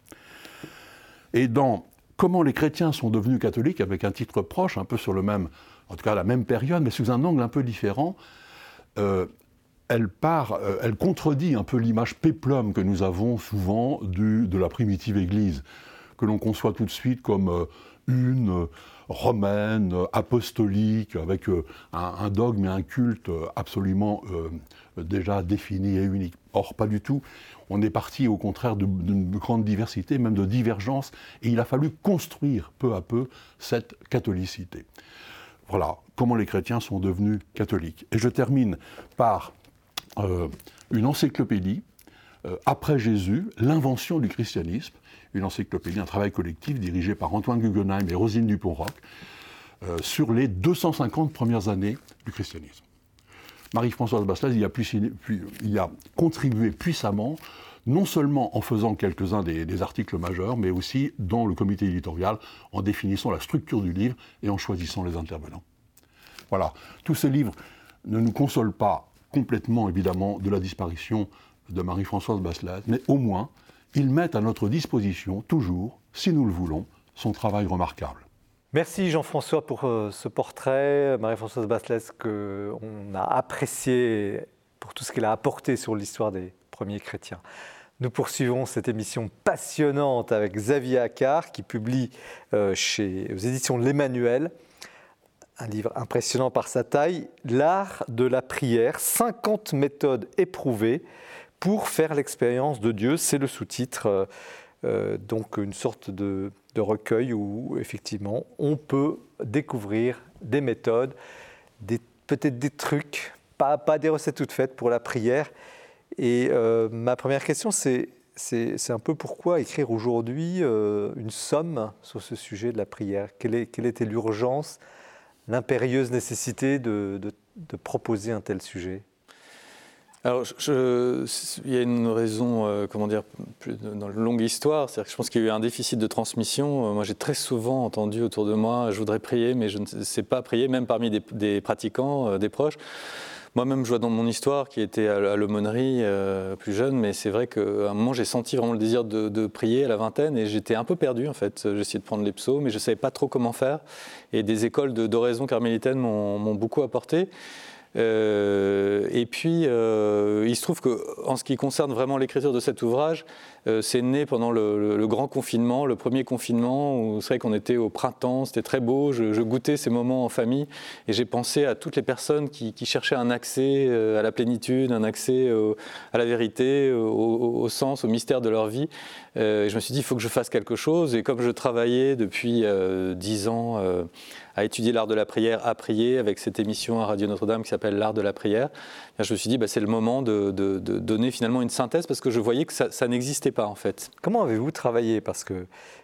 Speaker 7: Et dans Comment les chrétiens sont devenus catholiques, avec un titre proche, un peu sur le même, en tout cas la même période, mais sous un angle un peu différent, Euh, elle, part, euh, elle contredit un peu l'image péplum que nous avons souvent du, de la primitive Église, que l'on conçoit tout de suite comme euh, une euh, romaine, euh, apostolique, avec euh, un, un dogme et un culte euh, absolument euh, déjà défini et unique. Or, pas du tout. On est parti au contraire d'une grande diversité, même de divergence, et il a fallu construire peu à peu cette catholicité. Voilà, comment les chrétiens sont devenus catholiques. Et je termine par euh, une encyclopédie, euh, après Jésus, l'invention du christianisme, une encyclopédie, un travail collectif dirigé par Antoine Guggenheim et Rosine Dupont-Roch, euh, sur les deux cent cinquante premières années du christianisme. Marie-Françoise Basselès y a, y a contribué puissamment, non seulement en faisant quelques-uns des, des articles majeurs, mais aussi dans le comité éditorial, en définissant la structure du livre et en choisissant les intervenants. Voilà, tous ces livres ne nous consolent pas complètement, évidemment, de la disparition de Marie-Françoise Basselès, mais au moins, ils mettent à notre disposition, toujours, si nous le voulons, son travail remarquable.
Speaker 1: Merci Jean-François pour euh, ce portrait. Marie-Françoise Basselès, qu'on a apprécié pour tout ce qu'elle a apporté sur l'histoire des premiers chrétiens. Nous poursuivons cette émission passionnante avec Xavier Accart, qui publie euh, chez, aux éditions de l'Emmanuel un livre impressionnant par sa taille, L'art de la prière, cinquante méthodes éprouvées pour faire l'expérience de Dieu. C'est le sous-titre, euh, euh, donc une sorte de, de recueil où effectivement on peut découvrir des méthodes, des, peut-être des trucs, pas, pas des recettes toutes faites pour la prière. Et euh, ma première question, c'est, c'est, c'est un peu pourquoi écrire aujourd'hui euh, une somme sur ce sujet de la prière. Quelle, est, quelle était l'urgence, l'impérieuse nécessité de, de, de proposer un tel sujet?
Speaker 4: Alors, je, je, il y a une raison, euh, comment dire, plus dans la longue histoire, c'est-à-dire que je pense qu'il y a eu un déficit de transmission. Euh, moi, j'ai très souvent entendu autour de moi, je voudrais prier, mais je ne sais pas prier, même parmi des, des pratiquants, euh, des proches. Moi-même, je vois dans mon histoire, qui était à l'aumônerie euh, plus jeune, mais c'est vrai qu'à un moment, j'ai senti vraiment le désir de, de prier à la vingtaine, et j'étais un peu perdu, en fait. J'essayais de prendre les psaumes, mais je ne savais pas trop comment faire. Et des écoles de, d'oraison carmélitaine m'ont, m'ont beaucoup apporté. Euh, et puis, euh, il se trouve qu'en ce qui concerne vraiment l'écriture de cet ouvrage, euh, c'est né pendant le, le, le grand confinement, le premier confinement, où c'est vrai qu'on était au printemps, c'était très beau, je, je goûtais ces moments en famille, et j'ai pensé à toutes les personnes qui, qui cherchaient un accès à la plénitude, un accès au, à la vérité, au, au, au sens, au mystère de leur vie. Euh, et je me suis dit, il faut que je fasse quelque chose, et comme je travaillais depuis euh, dix ans euh, à étudier l'art de la prière, à prier, avec cette émission à Radio Notre-Dame qui s'appelle L'art de la prière, je me suis dit, bah, c'est le moment de, de, de donner finalement une synthèse, parce que je voyais que ça, ça n'existait pas en fait.
Speaker 1: Comment avez-vous travaillé? Parce que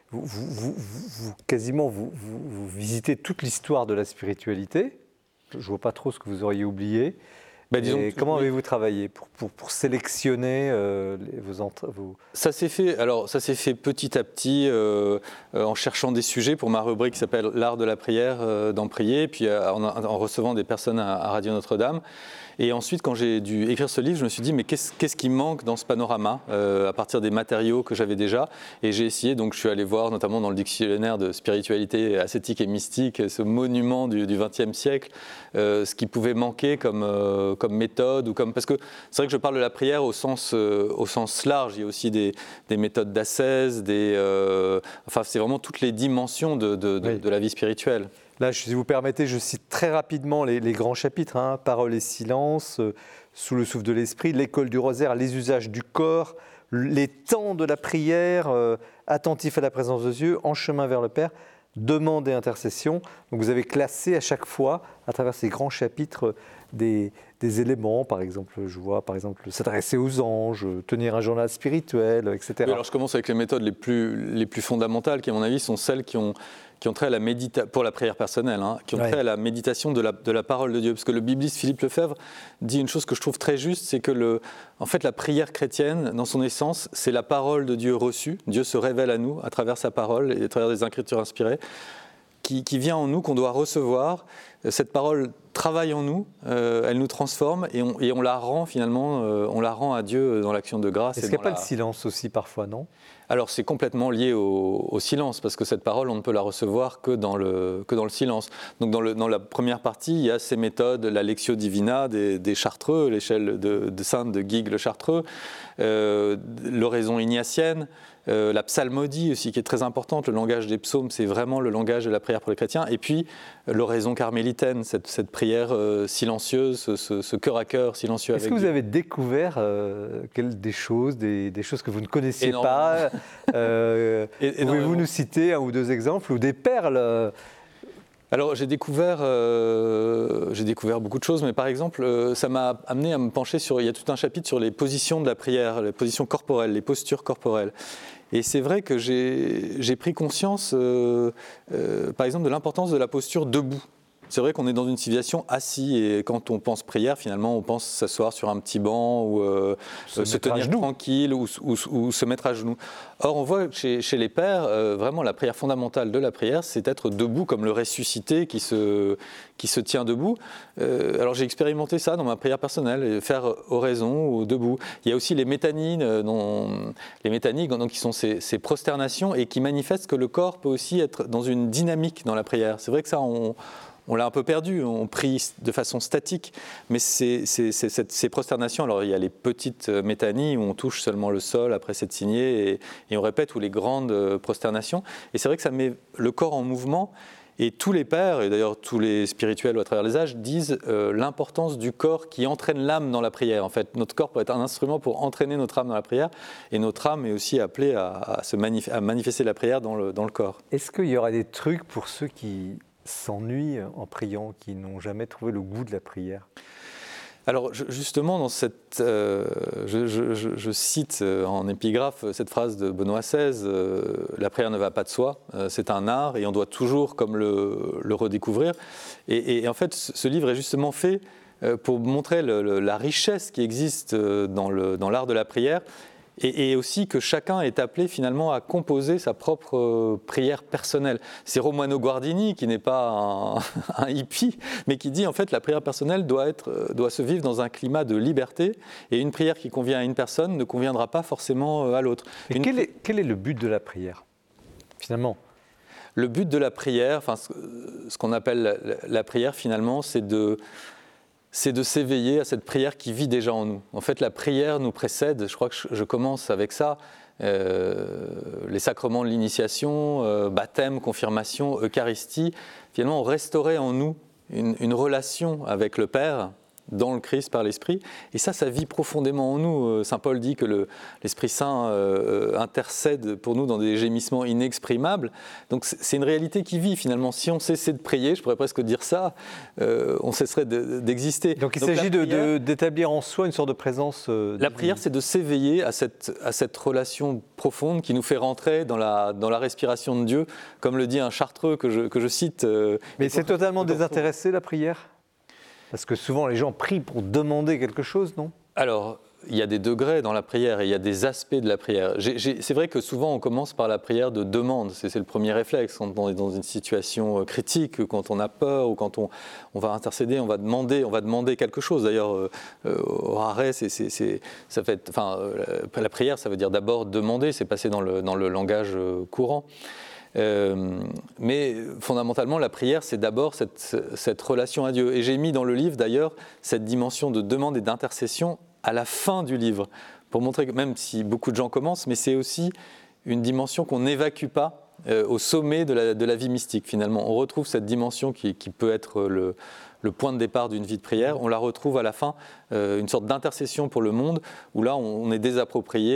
Speaker 1: vous, vous, vous, vous quasiment, vous, vous, vous visitez toute l'histoire de la spiritualité. Je ne vois pas trop ce que vous auriez oublié.
Speaker 4: Bah, disons
Speaker 1: et
Speaker 4: que,
Speaker 1: comment
Speaker 4: oui.
Speaker 1: avez-vous travaillé pour, pour, pour sélectionner euh, les, vos, entra- vos...
Speaker 4: Ça s'est fait, alors, ça s'est fait petit à petit euh, euh, en cherchant des sujets pour ma rubrique qui s'appelle L'art de la prière, euh, d'en prier, puis euh, en, en recevant des personnes à, à Radio Notre-Dame. Et ensuite, quand j'ai dû écrire ce livre, je me suis dit, mais qu'est-ce, qu'est-ce qui manque dans ce panorama euh, à partir des matériaux que j'avais déjà? Et j'ai essayé, donc je suis allé voir, notamment dans le dictionnaire de spiritualité ascétique et mystique, ce monument du vingtième siècle, euh, ce qui pouvait manquer comme, euh, comme méthode. Ou comme, parce que c'est vrai que je parle de la prière au sens, euh, au sens large. Il y a aussi des, des méthodes d'ascèse, des, euh, enfin, c'est vraiment toutes les dimensions de, de, de,
Speaker 1: Oui.
Speaker 4: de la vie spirituelle.
Speaker 1: Là, si vous permettez, je cite très rapidement les, les grands chapitres, hein, Parole et silence, euh, Sous le souffle de l'esprit, l'école du rosaire, les usages du corps, les temps de la prière, euh, attentif à la présence de Dieu, en chemin vers le Père, demande et intercession. Donc vous avez classé à chaque fois, à travers ces grands chapitres, des, des éléments, par exemple, je vois, par exemple, s'adresser aux anges, tenir un journal spirituel, et cetera.
Speaker 4: Oui, alors je commence avec les méthodes les plus, les plus fondamentales, qui à mon avis sont celles qui ont, qui ont trait à la méditation, pour la prière personnelle, hein, qui ont
Speaker 1: Ouais.
Speaker 4: trait à la méditation de la, de la parole de Dieu. Parce que le bibliste Philippe Lefebvre dit une chose que je trouve très juste, c'est que le, en fait, la prière chrétienne, dans son essence, c'est la parole de Dieu reçue. Dieu se révèle à nous à travers sa parole et à travers des écritures inspirées, qui, qui vient en nous, qu'on doit recevoir. Cette parole travaille en nous, euh, elle nous transforme et on, et on la rend finalement, euh, on la rend à Dieu dans l'action de grâce.
Speaker 1: Est-ce
Speaker 4: et
Speaker 1: qu'il n'y a
Speaker 4: dans
Speaker 1: pas
Speaker 4: la...
Speaker 1: le silence aussi parfois, non ?
Speaker 4: Alors c'est complètement lié au, au silence, parce que cette parole, on ne peut la recevoir que dans le, que dans le silence. Donc dans, le, dans la première partie, il y a ces méthodes, la Lectio Divina des, des Chartreux, l'échelle de, de Sainte de Guigues le Chartreux, euh, l'oraison ignatienne, euh, la psalmodie aussi qui est très importante, le langage des psaumes, c'est vraiment le langage de la prière pour les chrétiens, et puis l'oraison carmélitaine, cette, cette prière euh, silencieuse, ce, ce, ce cœur à cœur silencieux avec
Speaker 1: Est-ce que vous
Speaker 4: Dieu.
Speaker 1: avez découvert euh, quel- des choses, des, des choses que vous ne connaissiez
Speaker 4: Énormément.
Speaker 1: pas euh,
Speaker 4: Et-
Speaker 1: Pouvez-vous
Speaker 4: énormément.
Speaker 1: nous citer un ou deux exemples ou des perles euh,
Speaker 4: Alors j'ai découvert, euh, j'ai découvert beaucoup de choses, mais par exemple, euh, ça m'a amené à me pencher sur, il y a tout un chapitre sur les positions de la prière, les positions corporelles, les postures corporelles. Et c'est vrai que j'ai, j'ai pris conscience, euh, euh, par exemple, de l'importance de la posture debout. C'est vrai qu'on est dans une civilisation assis et quand on pense prière, finalement, on pense s'asseoir sur un petit banc ou euh,
Speaker 1: Se
Speaker 4: se,
Speaker 1: mettre à
Speaker 4: tenir
Speaker 1: genoux.
Speaker 4: tranquille ou, ou- ou se mettre à genoux. Or, on voit chez, chez les pères, euh, vraiment la prière fondamentale de la prière, c'est être debout comme le ressuscité qui se, qui se tient debout. Euh, alors j'ai expérimenté ça dans ma prière personnelle, faire oraison ou debout. Il y a aussi les métanies, euh, dont- les métanies donc, qui sont ces, ces prosternations et qui manifestent que le corps peut aussi être dans une dynamique dans la prière. C'est vrai que ça, on... On l'a un peu perdu, on prie de façon statique, mais c'est, c'est, c'est, c'est, ces prosternations, alors il y a les petites métanies où on touche seulement le sol après s'être signé et, et on répète, ou les grandes prosternations, et c'est vrai que ça met le corps en mouvement, et tous les pères, et d'ailleurs tous les spirituels à travers les âges, disent euh, l'importance du corps qui entraîne l'âme dans la prière. En fait, notre corps peut être un instrument pour entraîner notre âme dans la prière, et notre âme est aussi appelée à, à, se manif- à manifester la prière dans le, dans le corps.
Speaker 1: Est-ce qu'il y aura des trucs pour ceux qui s'ennuient en priant, qui n'ont jamais trouvé le goût de la prière ?
Speaker 4: Alors je- justement, dans cette, euh, je, je- je- je cite euh, en épigraphe cette phrase de Benoît seize, euh, la prière ne va pas de soi, euh, c'est un art et on doit toujours comme le, le redécouvrir. Et, et en fait, ce ce livre est justement fait euh, pour montrer le- le- la richesse qui existe euh, dans, le, dans l'art de la prière. Et, et aussi que chacun est appelé finalement à composer sa propre euh, prière personnelle. C'est Romano Guardini qui n'est pas un, un hippie, mais qui dit en fait la prière personnelle doit, être, euh, doit se vivre dans un climat de liberté et une prière qui convient à une personne ne conviendra pas forcément euh, à l'autre.
Speaker 1: Et
Speaker 4: Une-
Speaker 1: quel est, quel est le but de la prière, finalement ?
Speaker 4: Le but de la prière, enfin, ce, ce qu'on appelle la, la- la prière finalement, c'est de... c'est de s'éveiller à cette prière qui vit déjà en nous. En fait, la prière nous précède, je crois que je, je commence avec ça, euh, les sacrements de l'initiation, euh, baptême, confirmation, Eucharistie, finalement, ont restauré en nous une, une relation avec le Père dans le Christ par l'Esprit. Et ça, ça vit profondément en nous. Saint Paul dit que le, l'Esprit Saint euh, intercède pour nous dans des gémissements inexprimables. Donc c'est une réalité qui vit finalement. Si on cessait de prier, je pourrais presque dire ça, euh, on cesserait de, d'exister.
Speaker 1: Donc il
Speaker 4: Donc,
Speaker 1: s'agit de,
Speaker 4: prière,
Speaker 1: de, d'établir en soi une sorte de présence. Euh,
Speaker 4: la prière, c'est de s'éveiller à cette, à cette relation profonde qui nous fait rentrer dans la, dans la respiration de Dieu, comme le dit un Chartreux que je, que je cite. Euh,
Speaker 1: Mais c'est totalement désintéressé la prière ? Parce que souvent, les gens prient pour demander quelque chose, non ?
Speaker 4: Alors, il y a des degrés dans la prière et il y a des aspects de la prière. J'ai, j'ai, c'est vrai que souvent, on commence par la prière de demande. C'est, c'est le premier réflexe quand on est dans une situation critique, quand on a peur ou quand on, on va intercéder, on va demander, on va demander quelque chose. D'ailleurs, euh, au Harare, c'est, c'est, c'est, ça fait, enfin, la, la prière, ça veut dire d'abord demander, c'est passé dans le, dans le langage courant. Euh, mais fondamentalement, la prière, c'est d'abord cette, cette relation à Dieu. Et j'ai mis dans le livre, d'ailleurs, cette dimension de demande et d'intercession à la fin du livre, pour montrer que même si beaucoup de gens commencent, mais c'est aussi une dimension qu'on n'évacue pas euh, au sommet de la, de la vie mystique, finalement. On retrouve cette dimension qui, qui peut être le, le point de départ d'une vie de prière, on la retrouve à la fin, euh, une sorte d'intercession pour le monde, où là, on, on est désapproprié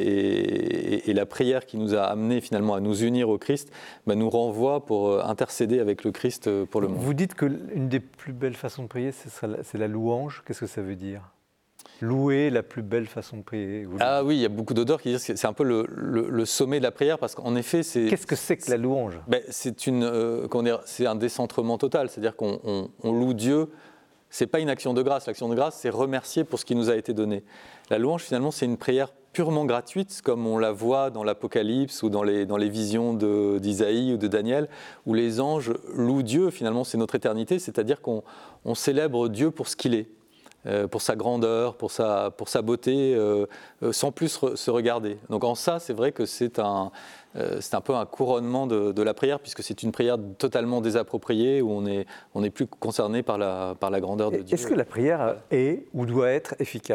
Speaker 4: et, et, et la prière qui nous a amenés finalement à nous unir au Christ, bah, nous renvoie pour intercéder avec le Christ pour le monde.
Speaker 1: Vous dites qu'une des plus belles façons de prier, c'est la, c'est la louange. Qu'est-ce que ça veut dire ? Louer, la plus belle façon de prier.
Speaker 4: Ah oui, il y a beaucoup d'auteurs qui disent que c'est un peu le, le, le sommet de la prière, parce qu'en effet, c'est...
Speaker 1: Qu'est-ce que c'est que la louange ?
Speaker 4: ben, c'est, une, euh, comment dire, c'est un décentrement total, c'est-à-dire qu'on on, on loue Dieu, c'est pas une action de grâce, l'action de grâce, c'est remercier pour ce qui nous a été donné. La louange, finalement, c'est une prière purement gratuite, comme on la voit dans l'Apocalypse ou dans les, dans les visions de, d'Isaïe ou de Daniel, où les anges louent Dieu, finalement, c'est notre éternité, c'est-à-dire qu'on on célèbre Dieu pour ce qu'il est. Euh, pour sa grandeur, pour sa, pour sa beauté, euh, euh, sans plus re, se regarder. Donc en ça, c'est vrai que c'est un, euh, c'est un peu un couronnement de, de la prière, puisque c'est une prière totalement désappropriée, où on n'est on est plus concerné par la, par la grandeur de Dieu.
Speaker 1: Est-ce que la prière est ou doit être efficace ?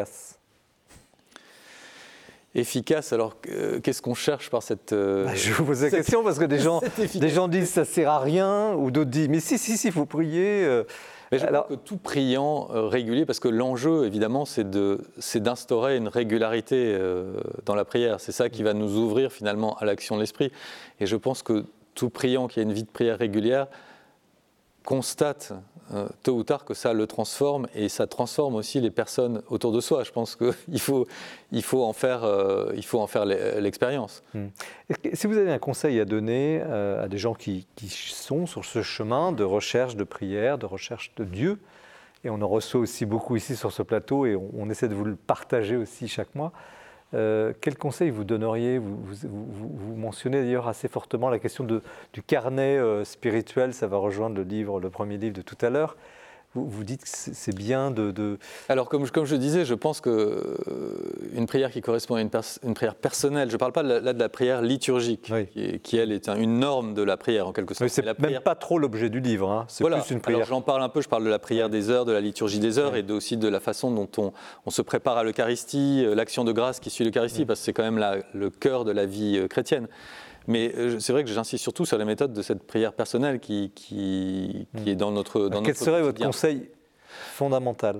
Speaker 4: Efficace, alors euh, qu'est-ce qu'on cherche par cette... Euh,
Speaker 1: bah, je vous pose la question parce que des gens, des gens disent ça ne sert à rien, ou d'autres disent mais si, si, si, il faut prier. Euh,
Speaker 4: Mais je
Speaker 1: alors...
Speaker 4: crois que tout priant euh, régulier, parce que l'enjeu, évidemment, c'est, de, c'est d'instaurer une régularité euh, dans la prière. C'est ça qui va nous ouvrir finalement à l'action de l'Esprit. Et je pense que tout priant qui a une vie de prière régulière constate euh, tôt ou tard que ça le transforme, et ça transforme aussi les personnes autour de soi. Je pense qu'il faut, il faut en faire, euh, il faut en faire l'expérience.
Speaker 1: Hum. Si vous avez un conseil à donner euh, à des gens qui, qui sont sur ce chemin de recherche de prière, de recherche de Dieu, et on en reçoit aussi beaucoup ici sur ce plateau, et on, on essaie de vous le partager aussi chaque mois, Euh, quel conseil vous donneriez ? vous, vous, vous, vous mentionnez d'ailleurs assez fortement la question de, du carnet euh, spirituel, ça va rejoindre le livre, le premier livre de tout à l'heure. Vous, vous dites que c'est bien de... de...
Speaker 4: Alors, comme, comme je disais, je pense qu'une euh, prière qui correspond à une, pers- une prière personnelle, je ne parle pas de la, là de la prière liturgique, oui. qui, qui, elle, est un, une norme de la prière, en quelque sorte.
Speaker 1: Mais c'est
Speaker 4: la
Speaker 1: même
Speaker 4: prière...
Speaker 1: pas trop l'objet du livre, hein. C'est
Speaker 4: voilà.
Speaker 1: plus une prière.
Speaker 4: Alors, j'en parle un peu, je parle de la prière des heures, de la liturgie des heures, oui. et de, aussi de la façon dont on, on se prépare à l'Eucharistie, l'action de grâce qui suit l'Eucharistie, oui. parce que c'est quand même la, le cœur de la vie chrétienne. Mais c'est vrai que j'insiste surtout sur la méthode de cette prière personnelle qui, qui, qui mmh. est dans notre dans
Speaker 1: Quel
Speaker 4: notre
Speaker 1: serait
Speaker 4: quotidien.
Speaker 1: Votre conseil fondamental ?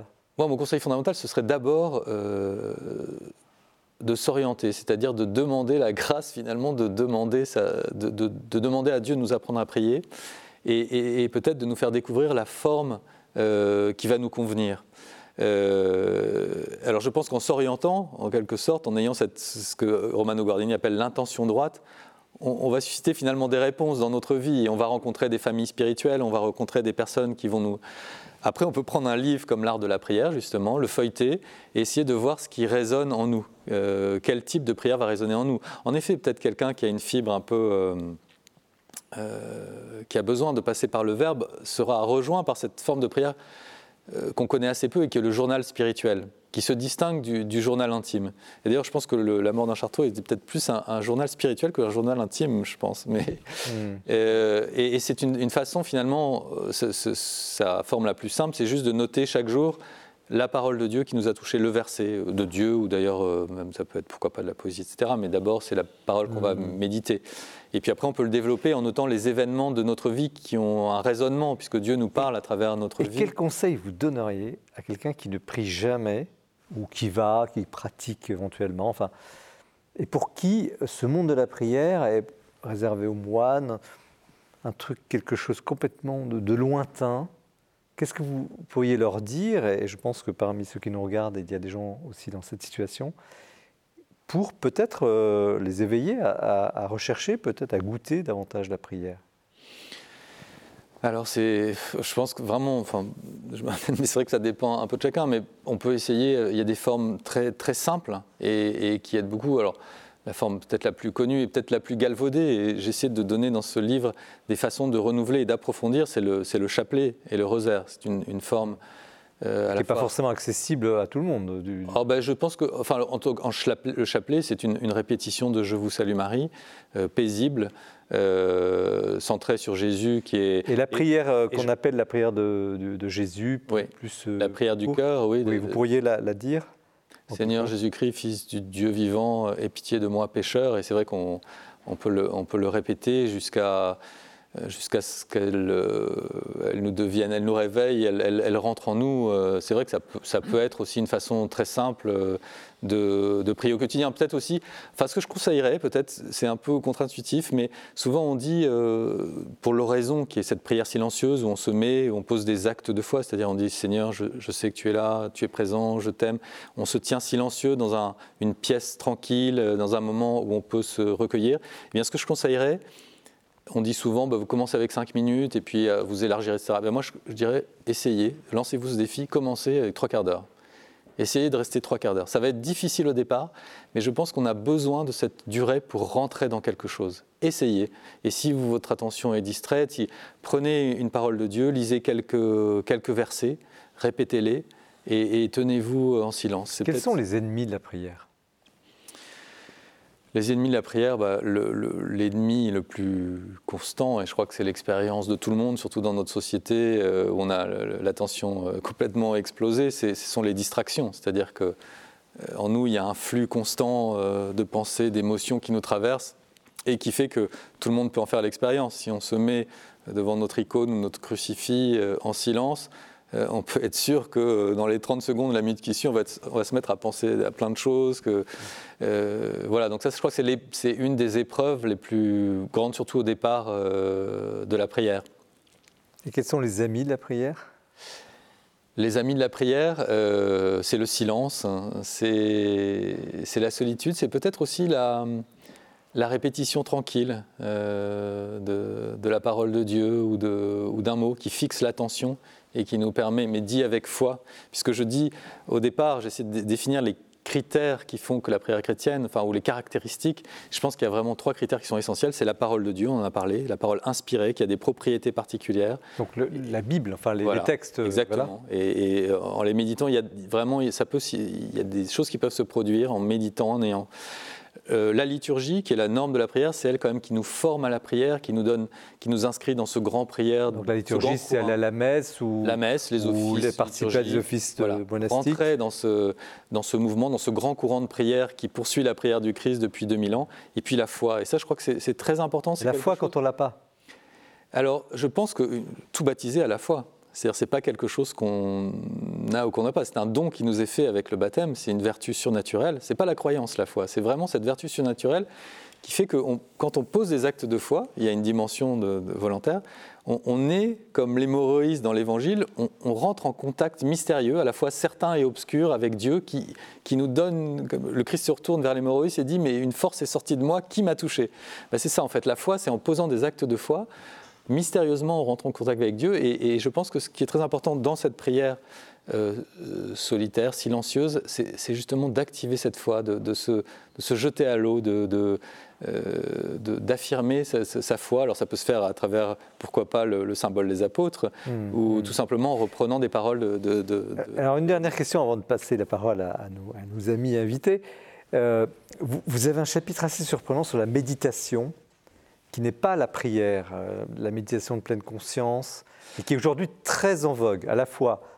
Speaker 4: Moi, mon conseil fondamental, ce serait d'abord euh, de s'orienter, c'est-à-dire de demander la grâce, finalement, de demander, sa, de, de, de demander à Dieu de nous apprendre à prier et, et, et peut-être de nous faire découvrir la forme euh, qui va nous convenir. Euh, alors je pense qu'en s'orientant, en quelque sorte, en ayant cette, ce que Romano Guardini appelle l'intention droite, on, on va susciter finalement des réponses dans notre vie, et on va rencontrer des familles spirituelles, on va rencontrer des personnes qui vont nous... Après, on peut prendre un livre comme l'art de la prière, justement, le feuilleter, et essayer de voir ce qui résonne en nous, euh, quel type de prière va résonner en nous. En effet, peut-être quelqu'un qui a une fibre un peu... Euh, euh, qui a besoin de passer par le verbe, sera rejoint par cette forme de prière euh, qu'on connaît assez peu, et qui est le journal spirituel, qui se distingue du, du journal intime. Et d'ailleurs, je pense que le, la mort d'un Chartreux était peut-être plus un, un journal spirituel qu'un journal intime, je pense. Mais, mmh. euh, et, et c'est une, une façon, finalement, ce, ce, sa forme la plus simple, c'est juste de noter chaque jour, la parole de Dieu qui nous a touché, le verset de Dieu, ou d'ailleurs, euh, même ça peut être pourquoi pas de la poésie, et cetera. Mais d'abord, c'est la parole qu'on mmh. va méditer. Et puis après, on peut le développer en notant les événements de notre vie qui ont un raisonnement, puisque Dieu nous parle à travers notre
Speaker 1: et
Speaker 4: vie.
Speaker 1: Et quel conseil vous donneriez à quelqu'un qui ne prie jamais, ou qui va, qui pratique éventuellement, enfin, et pour qui ce monde de la prière est réservé aux moines, un truc, quelque chose complètement de, de lointain? Qu'est-ce que vous pourriez leur dire? Et je pense que parmi ceux qui nous regardent, il y a des gens aussi dans cette situation, pour peut-être euh, les éveiller à, à, à rechercher, peut-être à goûter davantage la prière.
Speaker 4: Alors, c'est, je pense que vraiment, enfin, je, mais c'est vrai que ça dépend un peu de chacun, mais on peut essayer, il y a des formes très, très simples et, et qui aident beaucoup. Alors, la forme peut-être la plus connue et peut-être la plus galvaudée, et j'essaie de donner dans ce livre des façons de renouveler et d'approfondir, c'est le, c'est le chapelet et le rosaire. C'est une, une forme
Speaker 1: euh, qui n'est pas forcément accessible à tout le monde. Du...
Speaker 4: Alors ben, je pense que, enfin, en, en chapelet, le chapelet, c'est une, une répétition de Je vous salue Marie, euh, paisible, euh, centrée sur Jésus, qui est.
Speaker 1: Et la prière euh, qu'on
Speaker 4: je...
Speaker 1: appelle la prière de, de, de Jésus,
Speaker 4: oui.
Speaker 1: plus euh,
Speaker 4: la prière du cœur, oui.
Speaker 1: oui
Speaker 4: de,
Speaker 1: vous pourriez la, la dire.
Speaker 4: Seigneur Jésus-Christ, Fils du Dieu vivant, aie pitié de moi, pécheur. Et c'est vrai qu'on on peut, le, on peut le répéter jusqu'à, jusqu'à ce qu'elle elle nous devienne, elle nous réveille, elle, elle, elle rentre en nous. C'est vrai que ça peut, ça peut être aussi une façon très simple de, de prier au quotidien. Peut-être aussi, enfin ce que je conseillerais, peut-être, c'est un peu contre-intuitif, mais souvent on dit, euh, pour l'oraison, qui est cette prière silencieuse où on se met, où on pose des actes de foi, c'est-à-dire on dit Seigneur, je, je sais que tu es là, tu es présent, je t'aime. On se tient silencieux dans un, une pièce tranquille, dans un moment où on peut se recueillir. Eh bien, ce que je conseillerais, on dit souvent, bah, vous commencez avec cinq minutes et puis euh, vous élargirez, et cetera. Ben moi, je, je dirais, essayez, lancez-vous ce défi, commencez avec trois quarts d'heure. Essayez de rester trois quarts d'heure. Ça va être difficile au départ, mais je pense qu'on a besoin de cette durée pour rentrer dans quelque chose. Essayez. Et si vous, votre attention est distraite, si, prenez une parole de Dieu, lisez quelques, quelques versets, répétez-les et, et tenez-vous en silence. C'est
Speaker 1: Quels sont les ennemis de la prière ?
Speaker 4: Les ennemis de la prière, bah, le, le, l'ennemi le plus constant, et je crois que c'est l'expérience de tout le monde, surtout dans notre société euh, où on a l'attention euh, complètement explosée, c'est, ce sont les distractions. C'est-à-dire qu'en euh, nous, il y a un flux constant euh, de pensées, d'émotions qui nous traversent et qui fait que tout le monde peut en faire l'expérience. Si on se met devant notre icône ou notre crucifix euh, en silence, Euh, on peut être sûr que dans les trente secondes de la minute qui suit, on va, être, on va se mettre à penser à plein de choses. Que, euh, voilà, donc ça, je crois que c'est, les, c'est une des épreuves les plus grandes, surtout au départ euh, de la prière.
Speaker 1: Et quels sont les amis de la prière ?
Speaker 4: Les amis de la prière, euh, c'est le silence, hein, c'est, c'est la solitude, c'est peut-être aussi la, la répétition tranquille euh, de, de la parole de Dieu ou, de, ou d'un mot qui fixe l'attention et qui nous permet, mais dit avec foi, puisque je dis au départ, j'essaie de définir les critères qui font que la prière chrétienne, enfin, ou les caractéristiques, je pense qu'il y a vraiment trois critères qui sont essentiels. C'est la parole de Dieu, on en a parlé, la parole inspirée, qui a des propriétés particulières.
Speaker 1: Donc le, la Bible, enfin les,
Speaker 4: voilà,
Speaker 1: les textes.
Speaker 4: Exactement. Voilà. Et, et en les méditant, il y a vraiment, ça peut, il y a des choses qui peuvent se produire en méditant, en ayant... Euh, la liturgie, qui est la norme de la prière, c'est elle quand même qui nous forme à la prière, qui nous donne, qui nous inscrit dans ce grand prière.
Speaker 1: Donc la liturgie, c'est aller à la messe ou
Speaker 4: la messe, les offices,
Speaker 1: ou les participer à des offices de
Speaker 4: voilà.
Speaker 1: monastiques.
Speaker 4: Rentrer dans ce dans ce mouvement, dans ce grand courant de prière qui poursuit la prière du Christ depuis deux mille ans, et puis la foi. Et ça, je crois que c'est, c'est très important. C'est
Speaker 1: la foi
Speaker 4: chose...
Speaker 1: quand on l'a pas.
Speaker 4: Alors, je pense que tout baptisé à la foi. C'est-à-dire, c'est pas quelque chose qu'on a ou qu'on n'a pas. C'est un don qui nous est fait avec le baptême. C'est une vertu surnaturelle. C'est pas la croyance, la foi. C'est vraiment cette vertu surnaturelle qui fait que on, quand on pose des actes de foi, il y a une dimension de, de volontaire. On, on est comme l'hémorroïs dans l'Évangile. On, on rentre en contact mystérieux, à la fois certain et obscur, avec Dieu, qui, qui nous donne. Le Christ se retourne vers l'hémorroïs et dit : mais une force est sortie de moi. Qui m'a touché ? Ben, c'est ça en fait. La foi, c'est en posant des actes de foi. Mystérieusement, on rentre en contact avec Dieu et, et je pense que ce qui est très important dans cette prière euh, solitaire, silencieuse, c'est, c'est justement d'activer cette foi, de, de, se, de se jeter à l'eau, de, de, euh, de, d'affirmer sa, sa foi. Alors ça peut se faire à travers, pourquoi pas, le, le symbole des apôtres mmh, ou mmh. tout simplement en reprenant des paroles de, de, de, de...
Speaker 1: Alors une dernière question avant de passer la parole à, à, nos, à nos amis invités. Euh, vous, vous avez un chapitre assez surprenant sur la méditation, qui n'est pas la prière, euh, la méditation de pleine conscience, et qui est aujourd'hui très en vogue, à la fois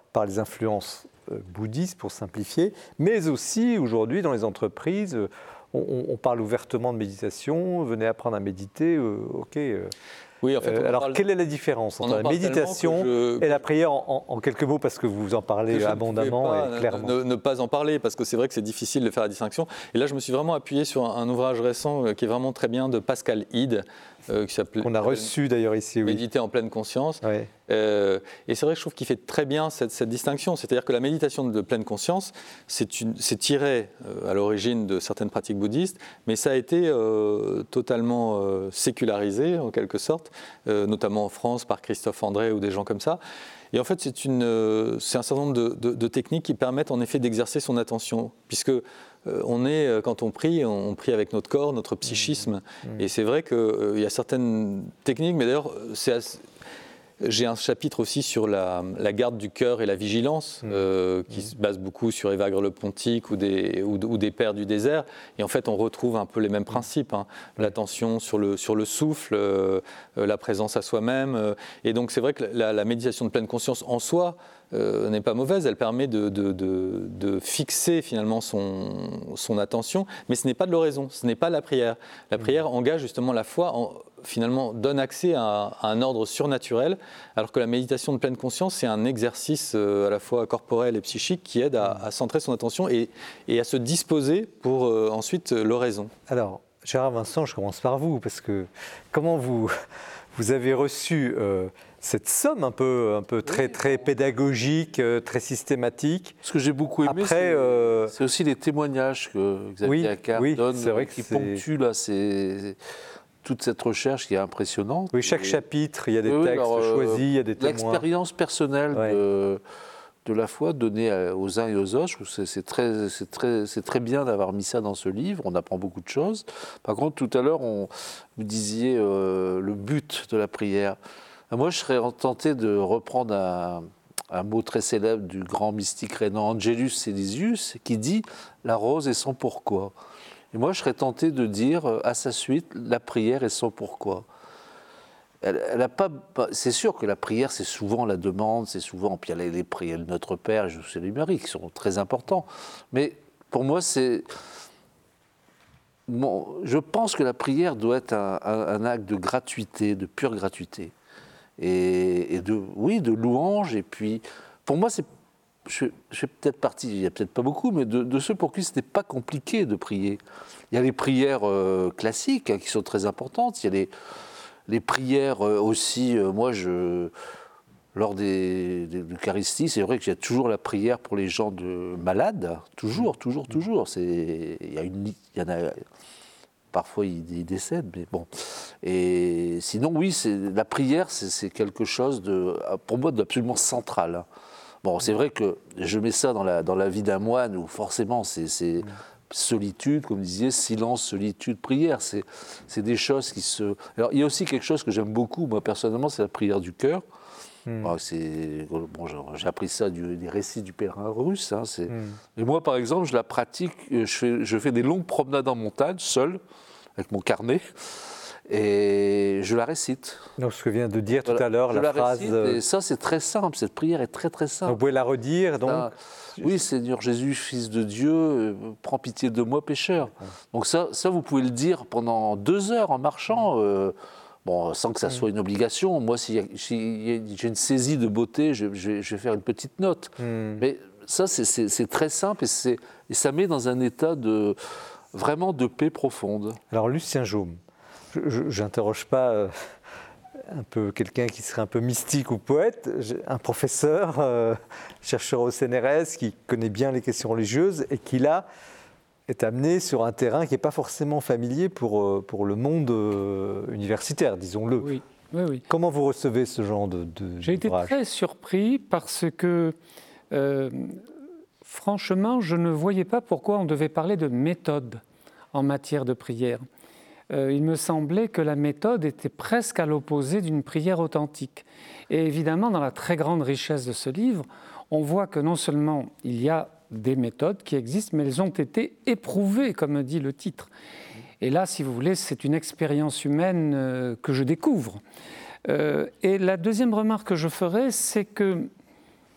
Speaker 1: par les influences euh, bouddhistes, pour simplifier, mais aussi aujourd'hui dans les entreprises, euh, on, on parle ouvertement de méditation, venez apprendre à méditer, euh, ok. Euh,
Speaker 4: Oui, en fait,
Speaker 1: euh, alors,
Speaker 4: parle...
Speaker 1: quelle est la différence entre la méditation
Speaker 4: je...
Speaker 1: et la prière en, en, en quelques mots, parce que vous en parlez abondamment
Speaker 4: pas,
Speaker 1: et clairement.
Speaker 4: Ne, ne pas en parler, parce que c'est vrai que c'est difficile de faire la distinction. Et là, je me suis vraiment appuyé sur un, un ouvrage récent euh, qui est vraiment très bien de Pascal Hide, euh, qui s'appelle...
Speaker 1: Qu'on a reçu d'ailleurs ici, oui.
Speaker 4: Méditer en pleine conscience.
Speaker 1: Ouais.
Speaker 4: Euh, et c'est vrai que je trouve qu'il fait très bien cette, cette distinction. C'est-à-dire que la méditation de pleine conscience, c'est, une, c'est tiré euh, à l'origine de certaines pratiques bouddhistes, mais ça a été euh, totalement euh, sécularisé, en quelque sorte, euh, notamment en France par Christophe André ou des gens comme ça. Et en fait, c'est, une, euh, c'est un certain nombre de, de, de techniques qui permettent en effet d'exercer son attention, puisque euh, on est, quand on prie, on prie avec notre corps, notre psychisme. Mmh. Mmh. Et c'est vrai qu'il euh, y a certaines techniques, mais d'ailleurs, c'est assez, j'ai un chapitre aussi sur la, la garde du cœur et la vigilance, mmh. euh, qui mmh. se base beaucoup sur Évagre le Pontique ou des, ou, ou des Pères du désert. Et en fait, on retrouve un peu les mêmes principes. Hein. L'attention sur le, sur le souffle, euh, la présence à soi-même. Euh, et donc, c'est vrai que la, la méditation de pleine conscience en soi euh, n'est pas mauvaise. Elle permet de, de, de, de fixer finalement son, son attention. Mais ce n'est pas de l'oraison, ce n'est pas la prière. La prière mmh. engage justement la foi en... finalement donne accès à, à un ordre surnaturel, alors que la méditation de pleine conscience, c'est un exercice euh, à la fois corporel et psychique qui aide à, à centrer son attention et, et à se disposer pour euh, ensuite euh, l'oraison.
Speaker 1: Alors, Gérard Vincent, je commence par vous, parce que comment vous, vous avez reçu euh, cette somme un peu, un peu très, très pédagogique, euh, très systématique?
Speaker 3: Ce que j'ai beaucoup aimé,
Speaker 1: Après,
Speaker 3: c'est,
Speaker 1: euh...
Speaker 3: c'est aussi les témoignages que Xavier
Speaker 1: oui,
Speaker 3: Accart
Speaker 1: oui,
Speaker 3: donne,
Speaker 1: c'est vrai que
Speaker 3: qui
Speaker 1: c'est...
Speaker 3: ponctuent là, c'est... toute cette recherche qui est impressionnante.
Speaker 1: Oui, chaque
Speaker 3: et...
Speaker 1: chapitre, il y a des
Speaker 3: oui,
Speaker 1: textes
Speaker 3: alors, euh,
Speaker 1: choisis, il y a des témoins.
Speaker 3: L'expérience personnelle
Speaker 1: ouais.
Speaker 3: de, de la foi donnée aux uns et aux autres, je trouve que c'est, c'est, très, c'est, très, c'est très bien d'avoir mis ça dans ce livre, on apprend beaucoup de choses. Par contre, tout à l'heure, on, vous disiez euh, le but de la prière. Moi, je serais tenté de reprendre un, un mot très célèbre du grand mystique rhénan Angelus Silesius, qui dit « la rose est son pourquoi ». Et moi, je serais tenté de dire à sa suite, la prière est son pourquoi. Elle, elle a pas, c'est sûr que la prière, c'est souvent la demande, c'est souvent, puis il y a les, les prières de Notre Père, je sais les Marie, qui sont très importants. Mais pour moi, c'est, bon, je pense que la prière doit être un, un, un acte de gratuité, de pure gratuité, et, et de, oui, de louange. Et puis, pour moi, c'est Je, je fais peut-être partie, il n'y a peut-être pas beaucoup, mais de, de ceux pour qui ce n'est pas compliqué de prier. Il y a les prières euh, classiques hein, qui sont très importantes, il y a les, les prières euh, aussi, euh, moi, je, lors des, des l'Eucharistie, c'est vrai qu'il y a toujours la prière pour les gens de, malades, toujours, toujours, toujours. C'est, il y a une, il y en a, parfois ils décèdent, mais bon. Et sinon, oui, c'est, la prière, c'est, c'est quelque chose, de, pour moi, d'absolument central. Hein. Bon, c'est vrai que je mets ça dans la, dans la vie d'un moine où forcément c'est, c'est solitude, comme vous disiez, silence, solitude, prière. C'est, c'est des choses qui se... Alors, il y a aussi quelque chose que j'aime beaucoup, moi personnellement, c'est la prière du cœur. Mm. Alors, c'est, bon, j'ai appris ça du, des récits du pèlerin russe. Hein, c'est... Mm. Et moi, par exemple, je la pratique, je fais, je fais des longues promenades en montagne, seul, avec mon carnet. Et je la récite.
Speaker 1: Donc, ce que vient de dire tout
Speaker 3: voilà.
Speaker 1: à l'heure,
Speaker 3: je
Speaker 1: la,
Speaker 3: la
Speaker 1: phrase...
Speaker 3: Récite, et ça, c'est très simple. Cette prière est très, très simple.
Speaker 1: Vous pouvez la redire, donc
Speaker 3: ça, oui, Seigneur Jésus, Fils de Dieu, euh, prends pitié de moi, pécheur. Ouais. Donc ça, ça, vous pouvez le dire pendant deux heures en marchant, euh, bon, sans que ça soit une obligation. Moi, si, si j'ai une saisie de beauté, je, je, je vais faire une petite note. Mm. Mais ça, c'est, c'est, c'est très simple et, c'est, et ça met dans un état de, vraiment de paix profonde.
Speaker 1: Alors, Lucien Jaume, je n'interroge pas euh, un peu quelqu'un qui serait un peu mystique ou poète, un professeur, euh, chercheur au C N R S, qui connaît bien les questions religieuses et qui, là, est amené sur un terrain qui n'est pas forcément familier pour, pour le monde euh, universitaire, disons-le.
Speaker 5: Oui, oui, oui.
Speaker 1: Comment vous recevez ce genre de, de
Speaker 5: J'ai été très surpris parce que, euh, franchement, je ne voyais pas pourquoi on devait parler de méthode en matière de prière. Euh, il me semblait que la méthode était presque à l'opposé d'une prière authentique. Et évidemment, dans la très grande richesse de ce livre, on voit que non seulement il y a des méthodes qui existent, mais elles ont été éprouvées, comme dit le titre. Et là, si vous voulez, c'est une expérience humaine euh, que je découvre. Euh, et la deuxième remarque que je ferai, c'est que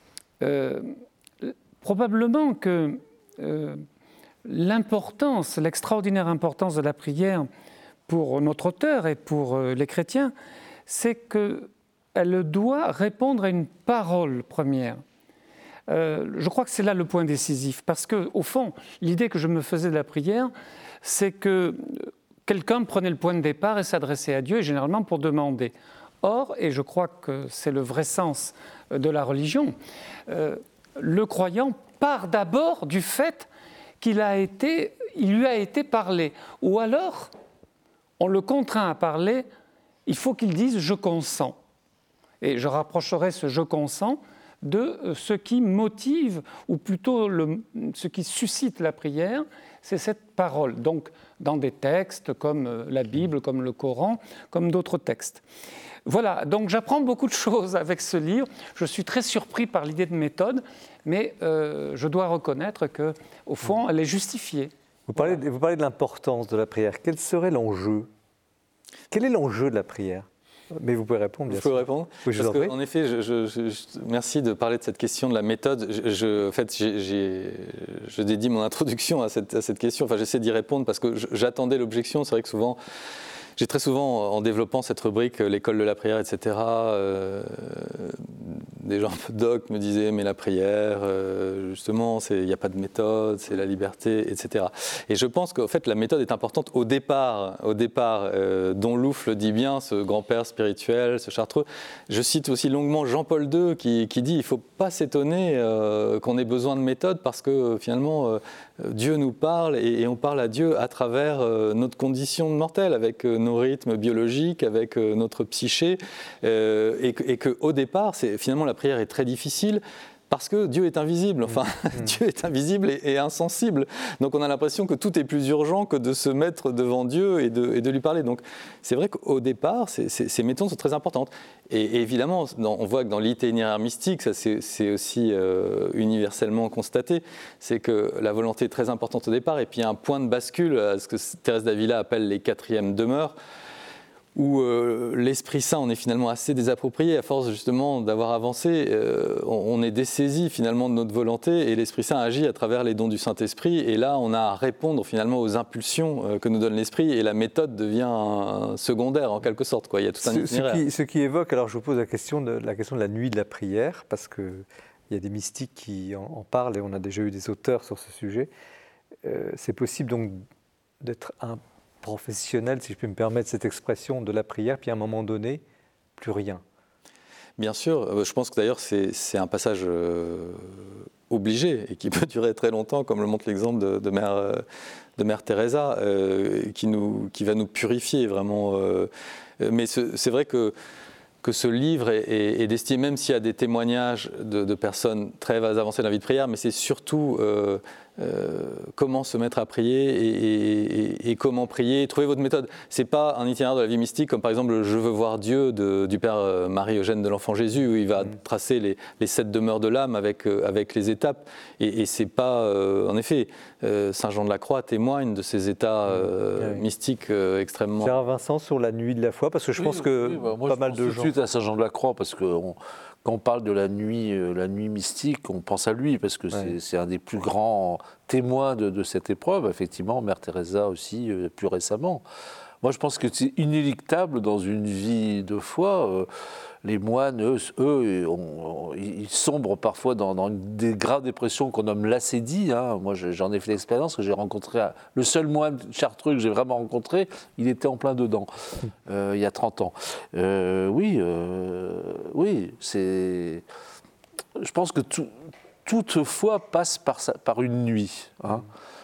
Speaker 5: Euh, probablement que euh, l'importance, l'extraordinaire importance de la prière pour notre auteur et pour euh, les chrétiens, c'est qu'elle doit répondre à une parole première. Euh, je crois que c'est là le point décisif, parce qu'au fond, l'idée que je me faisais de la prière, c'est que quelqu'un prenait le point de départ et s'adressait à Dieu, et généralement pour demander. Or, et je crois que c'est le vrai sens de la religion, euh, le croyant part d'abord du fait qu'il a été, il lui a été parlé, ou alors on le contraint à parler, il faut qu'il dise « je consens ». Et je rapprocherai ce « je consens » de ce qui motive, ou plutôt le, ce qui suscite la prière, c'est cette parole. Donc, dans des textes comme la Bible, comme le Coran, comme d'autres textes. Voilà, donc j'apprends beaucoup de choses avec ce livre. Je suis très surpris par l'idée de méthode, mais euh, je dois reconnaître qu'au fond, elle est justifiée.
Speaker 1: Vous parlez, de, vous parlez de l'importance de la prière. Quel serait l'enjeu ? Quel est l'enjeu de la prière ? Mais vous pouvez répondre, bien
Speaker 4: je
Speaker 1: sûr.
Speaker 4: Vous pouvez répondre
Speaker 1: Oui, je
Speaker 4: Parce
Speaker 1: vous en
Speaker 4: que,
Speaker 1: prie.
Speaker 4: en effet, je, je, je, merci de parler de cette question de la méthode. Je, je, en fait, j'ai, j'ai, je dédie mon introduction à cette, à cette question. Enfin, j'essaie d'y répondre parce que j'attendais l'objection. C'est vrai que souvent, j'ai très souvent, en développant cette rubrique, l'école de la prière, et cetera, euh, des gens un peu doctes me disaient, mais la prière, euh, justement, il n'y a pas de méthode, c'est la liberté, et cetera. Et je pense qu'en fait, la méthode est importante au départ, au départ, euh, Don Louf le dit bien, ce grand-père spirituel, ce chartreux. Je cite aussi longuement Jean-Paul deux qui, qui dit, il ne faut pas s'étonner euh, qu'on ait besoin de méthode parce que finalement, euh, Dieu nous parle et, et on parle à Dieu à travers euh, notre condition mortelle, avec euh, nos rythmes biologiques, avec euh, notre psyché, euh, et, et qu'au départ, c'est, finalement, la prière est très difficile parce que Dieu est invisible, enfin, mmh. Dieu est invisible et, et insensible. Donc on a l'impression que tout est plus urgent que de se mettre devant Dieu et de, et de lui parler. Donc c'est vrai qu'au départ, c'est, c'est, ces méthodes sont très importantes. Et, et évidemment, dans, on voit que dans l'itinéraire mystique, ça c'est, c'est aussi euh, universellement constaté, c'est que la volonté est très importante au départ, et puis il y a un point de bascule à ce que Thérèse d'Avila appelle les quatrièmes demeures, où euh, l'Esprit Saint, on est finalement assez désapproprié, à force justement d'avoir avancé, euh, on, on est dessaisi finalement de notre volonté, et l'Esprit Saint agit à travers les dons du Saint-Esprit, et là on a à répondre finalement aux impulsions euh, que nous donne l'Esprit, et la méthode devient un secondaire en quelque sorte, quoi. Il y a tout un itinéraire.
Speaker 1: Ce qui, ce qui évoque, alors je vous pose la question de la, question de la nuit de la prière, parce qu'il y a des mystiques qui en, en parlent, et on a déjà eu des auteurs sur ce sujet. Euh, c'est possible donc d'être un professionnel, si je peux me permettre cette expression, de la prière, puis à un moment donné, plus rien.
Speaker 4: Bien sûr, je pense que d'ailleurs c'est, c'est un passage euh, obligé et qui peut durer très longtemps, comme le montre l'exemple de, de, mère, de Mère Teresa, euh, qui, nous, qui va nous purifier vraiment. Euh, mais ce, c'est vrai que que ce livre est, est, est destiné, même s'il y a des témoignages de, de personnes très avancées dans la vie de prière, mais c'est surtout euh, euh, comment se mettre à prier et, et, et, et comment prier, trouver votre méthode. Ce n'est pas un itinéraire de la vie mystique, comme par exemple « Je veux voir Dieu » de, du Père Marie-Eugène de l'Enfant Jésus, où il va mmh. tracer les, les sept demeures de l'âme avec, euh, avec les étapes. Et, et c'est pas, euh, en effet, euh, Saint Jean de la Croix témoigne de ces états euh, mmh. oui. mystiques euh, extrêmement...
Speaker 1: Cher Vincent, sur la nuit de la foi, parce que je
Speaker 3: oui,
Speaker 1: pense que
Speaker 3: oui, bah, moi,
Speaker 1: pas
Speaker 3: je
Speaker 1: mal
Speaker 3: pense
Speaker 1: de
Speaker 3: tout
Speaker 1: gens...
Speaker 3: de suite à Saint Jean de la Croix, parce que on, quand on parle de la nuit, euh, la nuit mystique, on pense à lui, parce que ouais. c'est, c'est un des plus grands témoins de, de cette épreuve. Effectivement, Mère Teresa aussi, euh, plus récemment. Moi, je pense que c'est inéluctable dans une vie de foi. Euh, les moines, eux, eux on, on, ils sombrent parfois dans, dans des graves dépressions qu'on nomme l'acédie. Hein. Moi, j'en ai fait l'expérience que j'ai rencontré. Un, le seul moine chartreux que j'ai vraiment rencontré, il était en plein dedans, euh, il y a trente ans. Euh, oui, euh, oui, c'est. Je pense que tout, toute foi passe par, sa, par une nuit. Hein.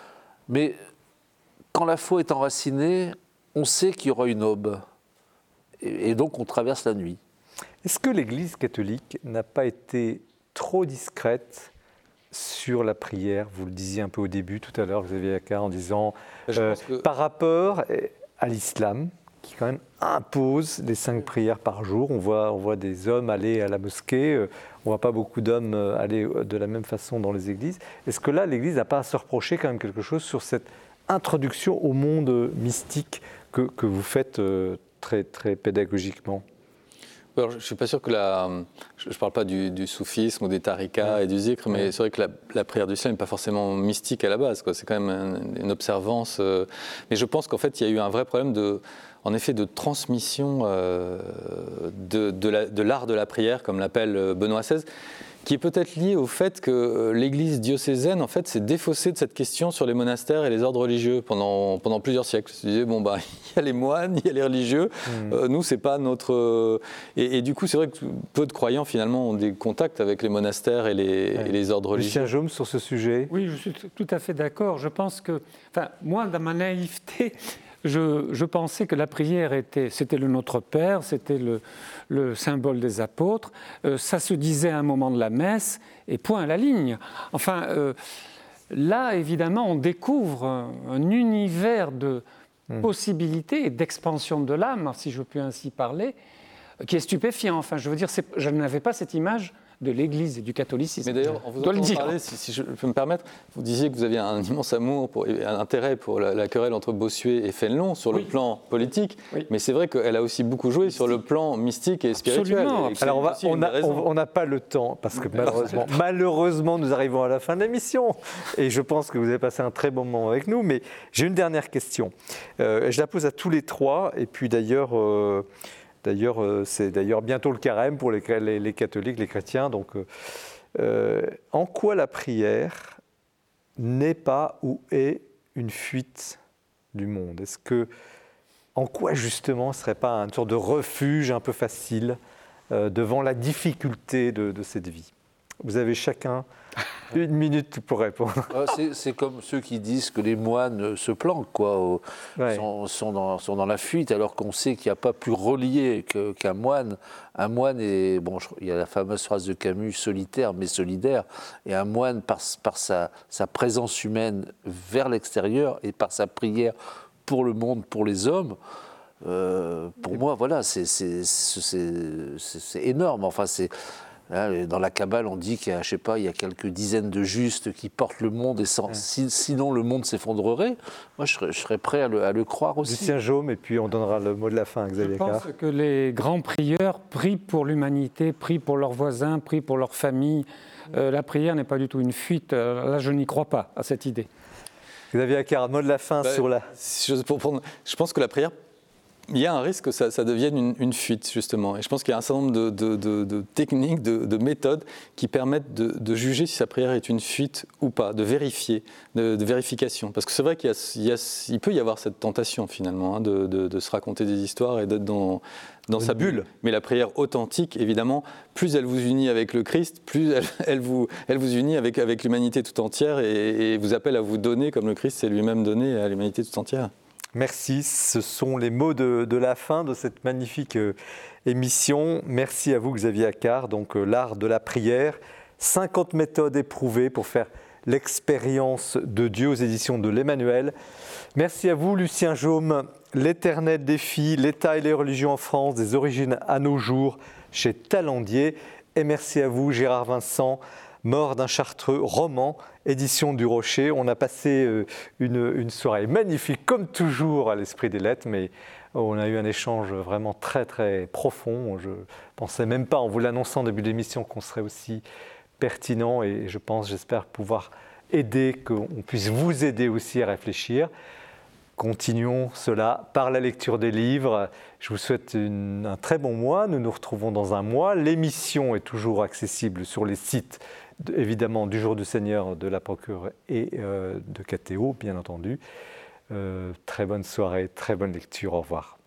Speaker 3: Mais quand la foi est enracinée, on sait qu'il y aura une aube. Et, et donc, on traverse la nuit.
Speaker 1: Est-ce que l'Église catholique n'a pas été trop discrète sur la prière ? Vous le disiez un peu au début, tout à l'heure, Xavier Accart, en disant, euh, que... par rapport à l'islam, qui quand même impose les cinq prières par jour. On voit, on voit des hommes aller à la mosquée, on ne voit pas beaucoup d'hommes aller de la même façon dans les églises. Est-ce que là, l'Église n'a pas à se reprocher quand même quelque chose sur cette introduction au monde mystique que, que vous faites euh, très, très pédagogiquement ?
Speaker 4: Alors, je ne suis pas sûr que la... Je ne parle pas du, du soufisme ou des tariqas ouais. et du zikr, mais ouais. c'est vrai que la, la prière du ciel n'est pas forcément mystique à la base, quoi. C'est quand même une, une observance. Euh... Mais je pense qu'en fait, il y a eu un vrai problème de, en effet, de transmission euh, de, de, la, de l'art de la prière, comme l'appelle Benoît seize, qui est peut-être lié au fait que l'Église diocésaine, en fait, s'est défaussée de cette question sur les monastères et les ordres religieux pendant, pendant plusieurs siècles. Ils se disaient, bon, bah, il y a les moines, il y a les religieux, mmh. euh, nous, c'est pas notre... Et, et du coup, c'est vrai que peu de croyants, finalement, ont des contacts avec les monastères et les, ouais. et les ordres religieux.
Speaker 1: Lucien Jaume, sur ce sujet.
Speaker 5: Oui, je suis tout à fait d'accord. Je pense que... Enfin, moi, dans ma naïveté... Je, je pensais que la prière était, c'était le Notre Père, c'était le, le symbole des apôtres. Euh, ça se disait à un moment de la messe, et point à la ligne. Enfin, euh, là, évidemment, on découvre un, un univers de mmh. possibilités et d'expansion de l'âme, si je puis ainsi parler, qui est stupéfiant. Enfin, je veux dire, c'est, je n'avais pas cette image de l'Église et du catholicisme.
Speaker 4: Mais d'ailleurs, en vous entendant parler, si, si je peux me permettre, vous disiez que vous aviez un immense amour pour, et un intérêt pour la, la querelle entre Bossuet et Fénelon sur oui. le plan politique, oui. mais c'est vrai qu'elle a aussi beaucoup joué mystique. Sur le plan mystique et spirituel.
Speaker 5: Absolument.
Speaker 4: Et
Speaker 1: alors on n'a pas le temps, parce que malheureusement, malheureusement, nous arrivons à la fin de l'émission, et je pense que vous avez passé un très bon moment avec nous, mais j'ai une dernière question. Euh, je la pose à tous les trois, et puis d'ailleurs... Euh, D'ailleurs, c'est d'ailleurs bientôt le carême pour les, les, les catholiques, les chrétiens. Donc, euh, en quoi la prière n'est pas ou est une fuite du monde ? Est-ce que, en quoi justement ce ne serait pas une sorte de refuge un peu facile euh, devant la difficulté de, de cette vie ? Vous avez chacun une minute pour répondre.
Speaker 3: C'est, c'est comme ceux qui disent que les moines se planquent, quoi, ouais. sont, sont, dans, sont dans la fuite, alors qu'on sait qu'il n'y a pas plus relié que, qu'un moine. Un moine est, bon, il y a la fameuse phrase de Camus, solitaire mais solidaire, et un moine, par, par sa, sa présence humaine vers l'extérieur et par sa prière pour le monde, pour les hommes, euh, pour et moi, voilà, c'est, c'est, c'est, c'est, c'est énorme. Enfin, c'est... Dans la Kabbale, on dit qu'il y a, je sais pas, il y a quelques dizaines de justes qui portent le monde, et sans, si, sinon le monde s'effondrerait. Moi, je serais, je serais prêt à le, à le croire aussi.
Speaker 1: Lucien Jaume, et puis on donnera le mot de la fin à Xavier Carr.
Speaker 5: Je pense que les grands prieurs prient pour l'humanité, prient pour leurs voisins, prient pour leur famille. Euh, la prière n'est pas du tout une fuite. Là, je n'y crois pas à cette idée.
Speaker 1: Xavier Carr, mot de la fin bah, sur la...
Speaker 4: Je, pour prendre, je pense que la prière... Il y a un risque que ça, ça devienne une, une fuite, justement. Et je pense qu'il y a un certain nombre de, de, de, de techniques, de, de méthodes qui permettent de, de juger si sa prière est une fuite ou pas, de vérifier, de, de vérification. Parce que c'est vrai qu'il y a, il y a, il peut y avoir cette tentation, finalement, hein, de, de, de se raconter des histoires et d'être dans, dans sa bulle. Mais la prière authentique, évidemment, plus elle vous unit avec le Christ, plus elle, elle, vous, elle vous unit avec, avec l'humanité tout entière et, et vous appelle à vous donner comme le Christ s'est lui-même donné à l'humanité tout entière.
Speaker 1: Merci, ce sont les mots de, de la fin de cette magnifique euh, émission. Merci à vous Xavier Carr, donc euh, l'art de la prière, cinquante méthodes éprouvées pour faire l'expérience de Dieu aux éditions de l'Emmanuel. Merci à vous Lucien Jaume, l'éternel défi, l'État et les religions en France, des origines à nos jours, chez Talandier. Et merci à vous Gérard Vincent, Mort d'un Chartreux, roman, édition du Rocher. On a passé une, une soirée magnifique, comme toujours, à l'Esprit des Lettres, mais on a eu un échange vraiment très, très profond. Je ne pensais même pas, en vous l'annonçant au début de l'émission, qu'on serait aussi pertinent, et je pense, j'espère pouvoir aider, qu'on puisse vous aider aussi à réfléchir. Continuons cela par la lecture des livres. Je vous souhaite une, un très bon mois. Nous nous retrouvons dans un mois. L'émission est toujours accessible sur les sites, évidemment, du Jour du Seigneur, de la Procureure et euh, de K T O, bien entendu. Euh, très bonne soirée, très bonne lecture. Au revoir.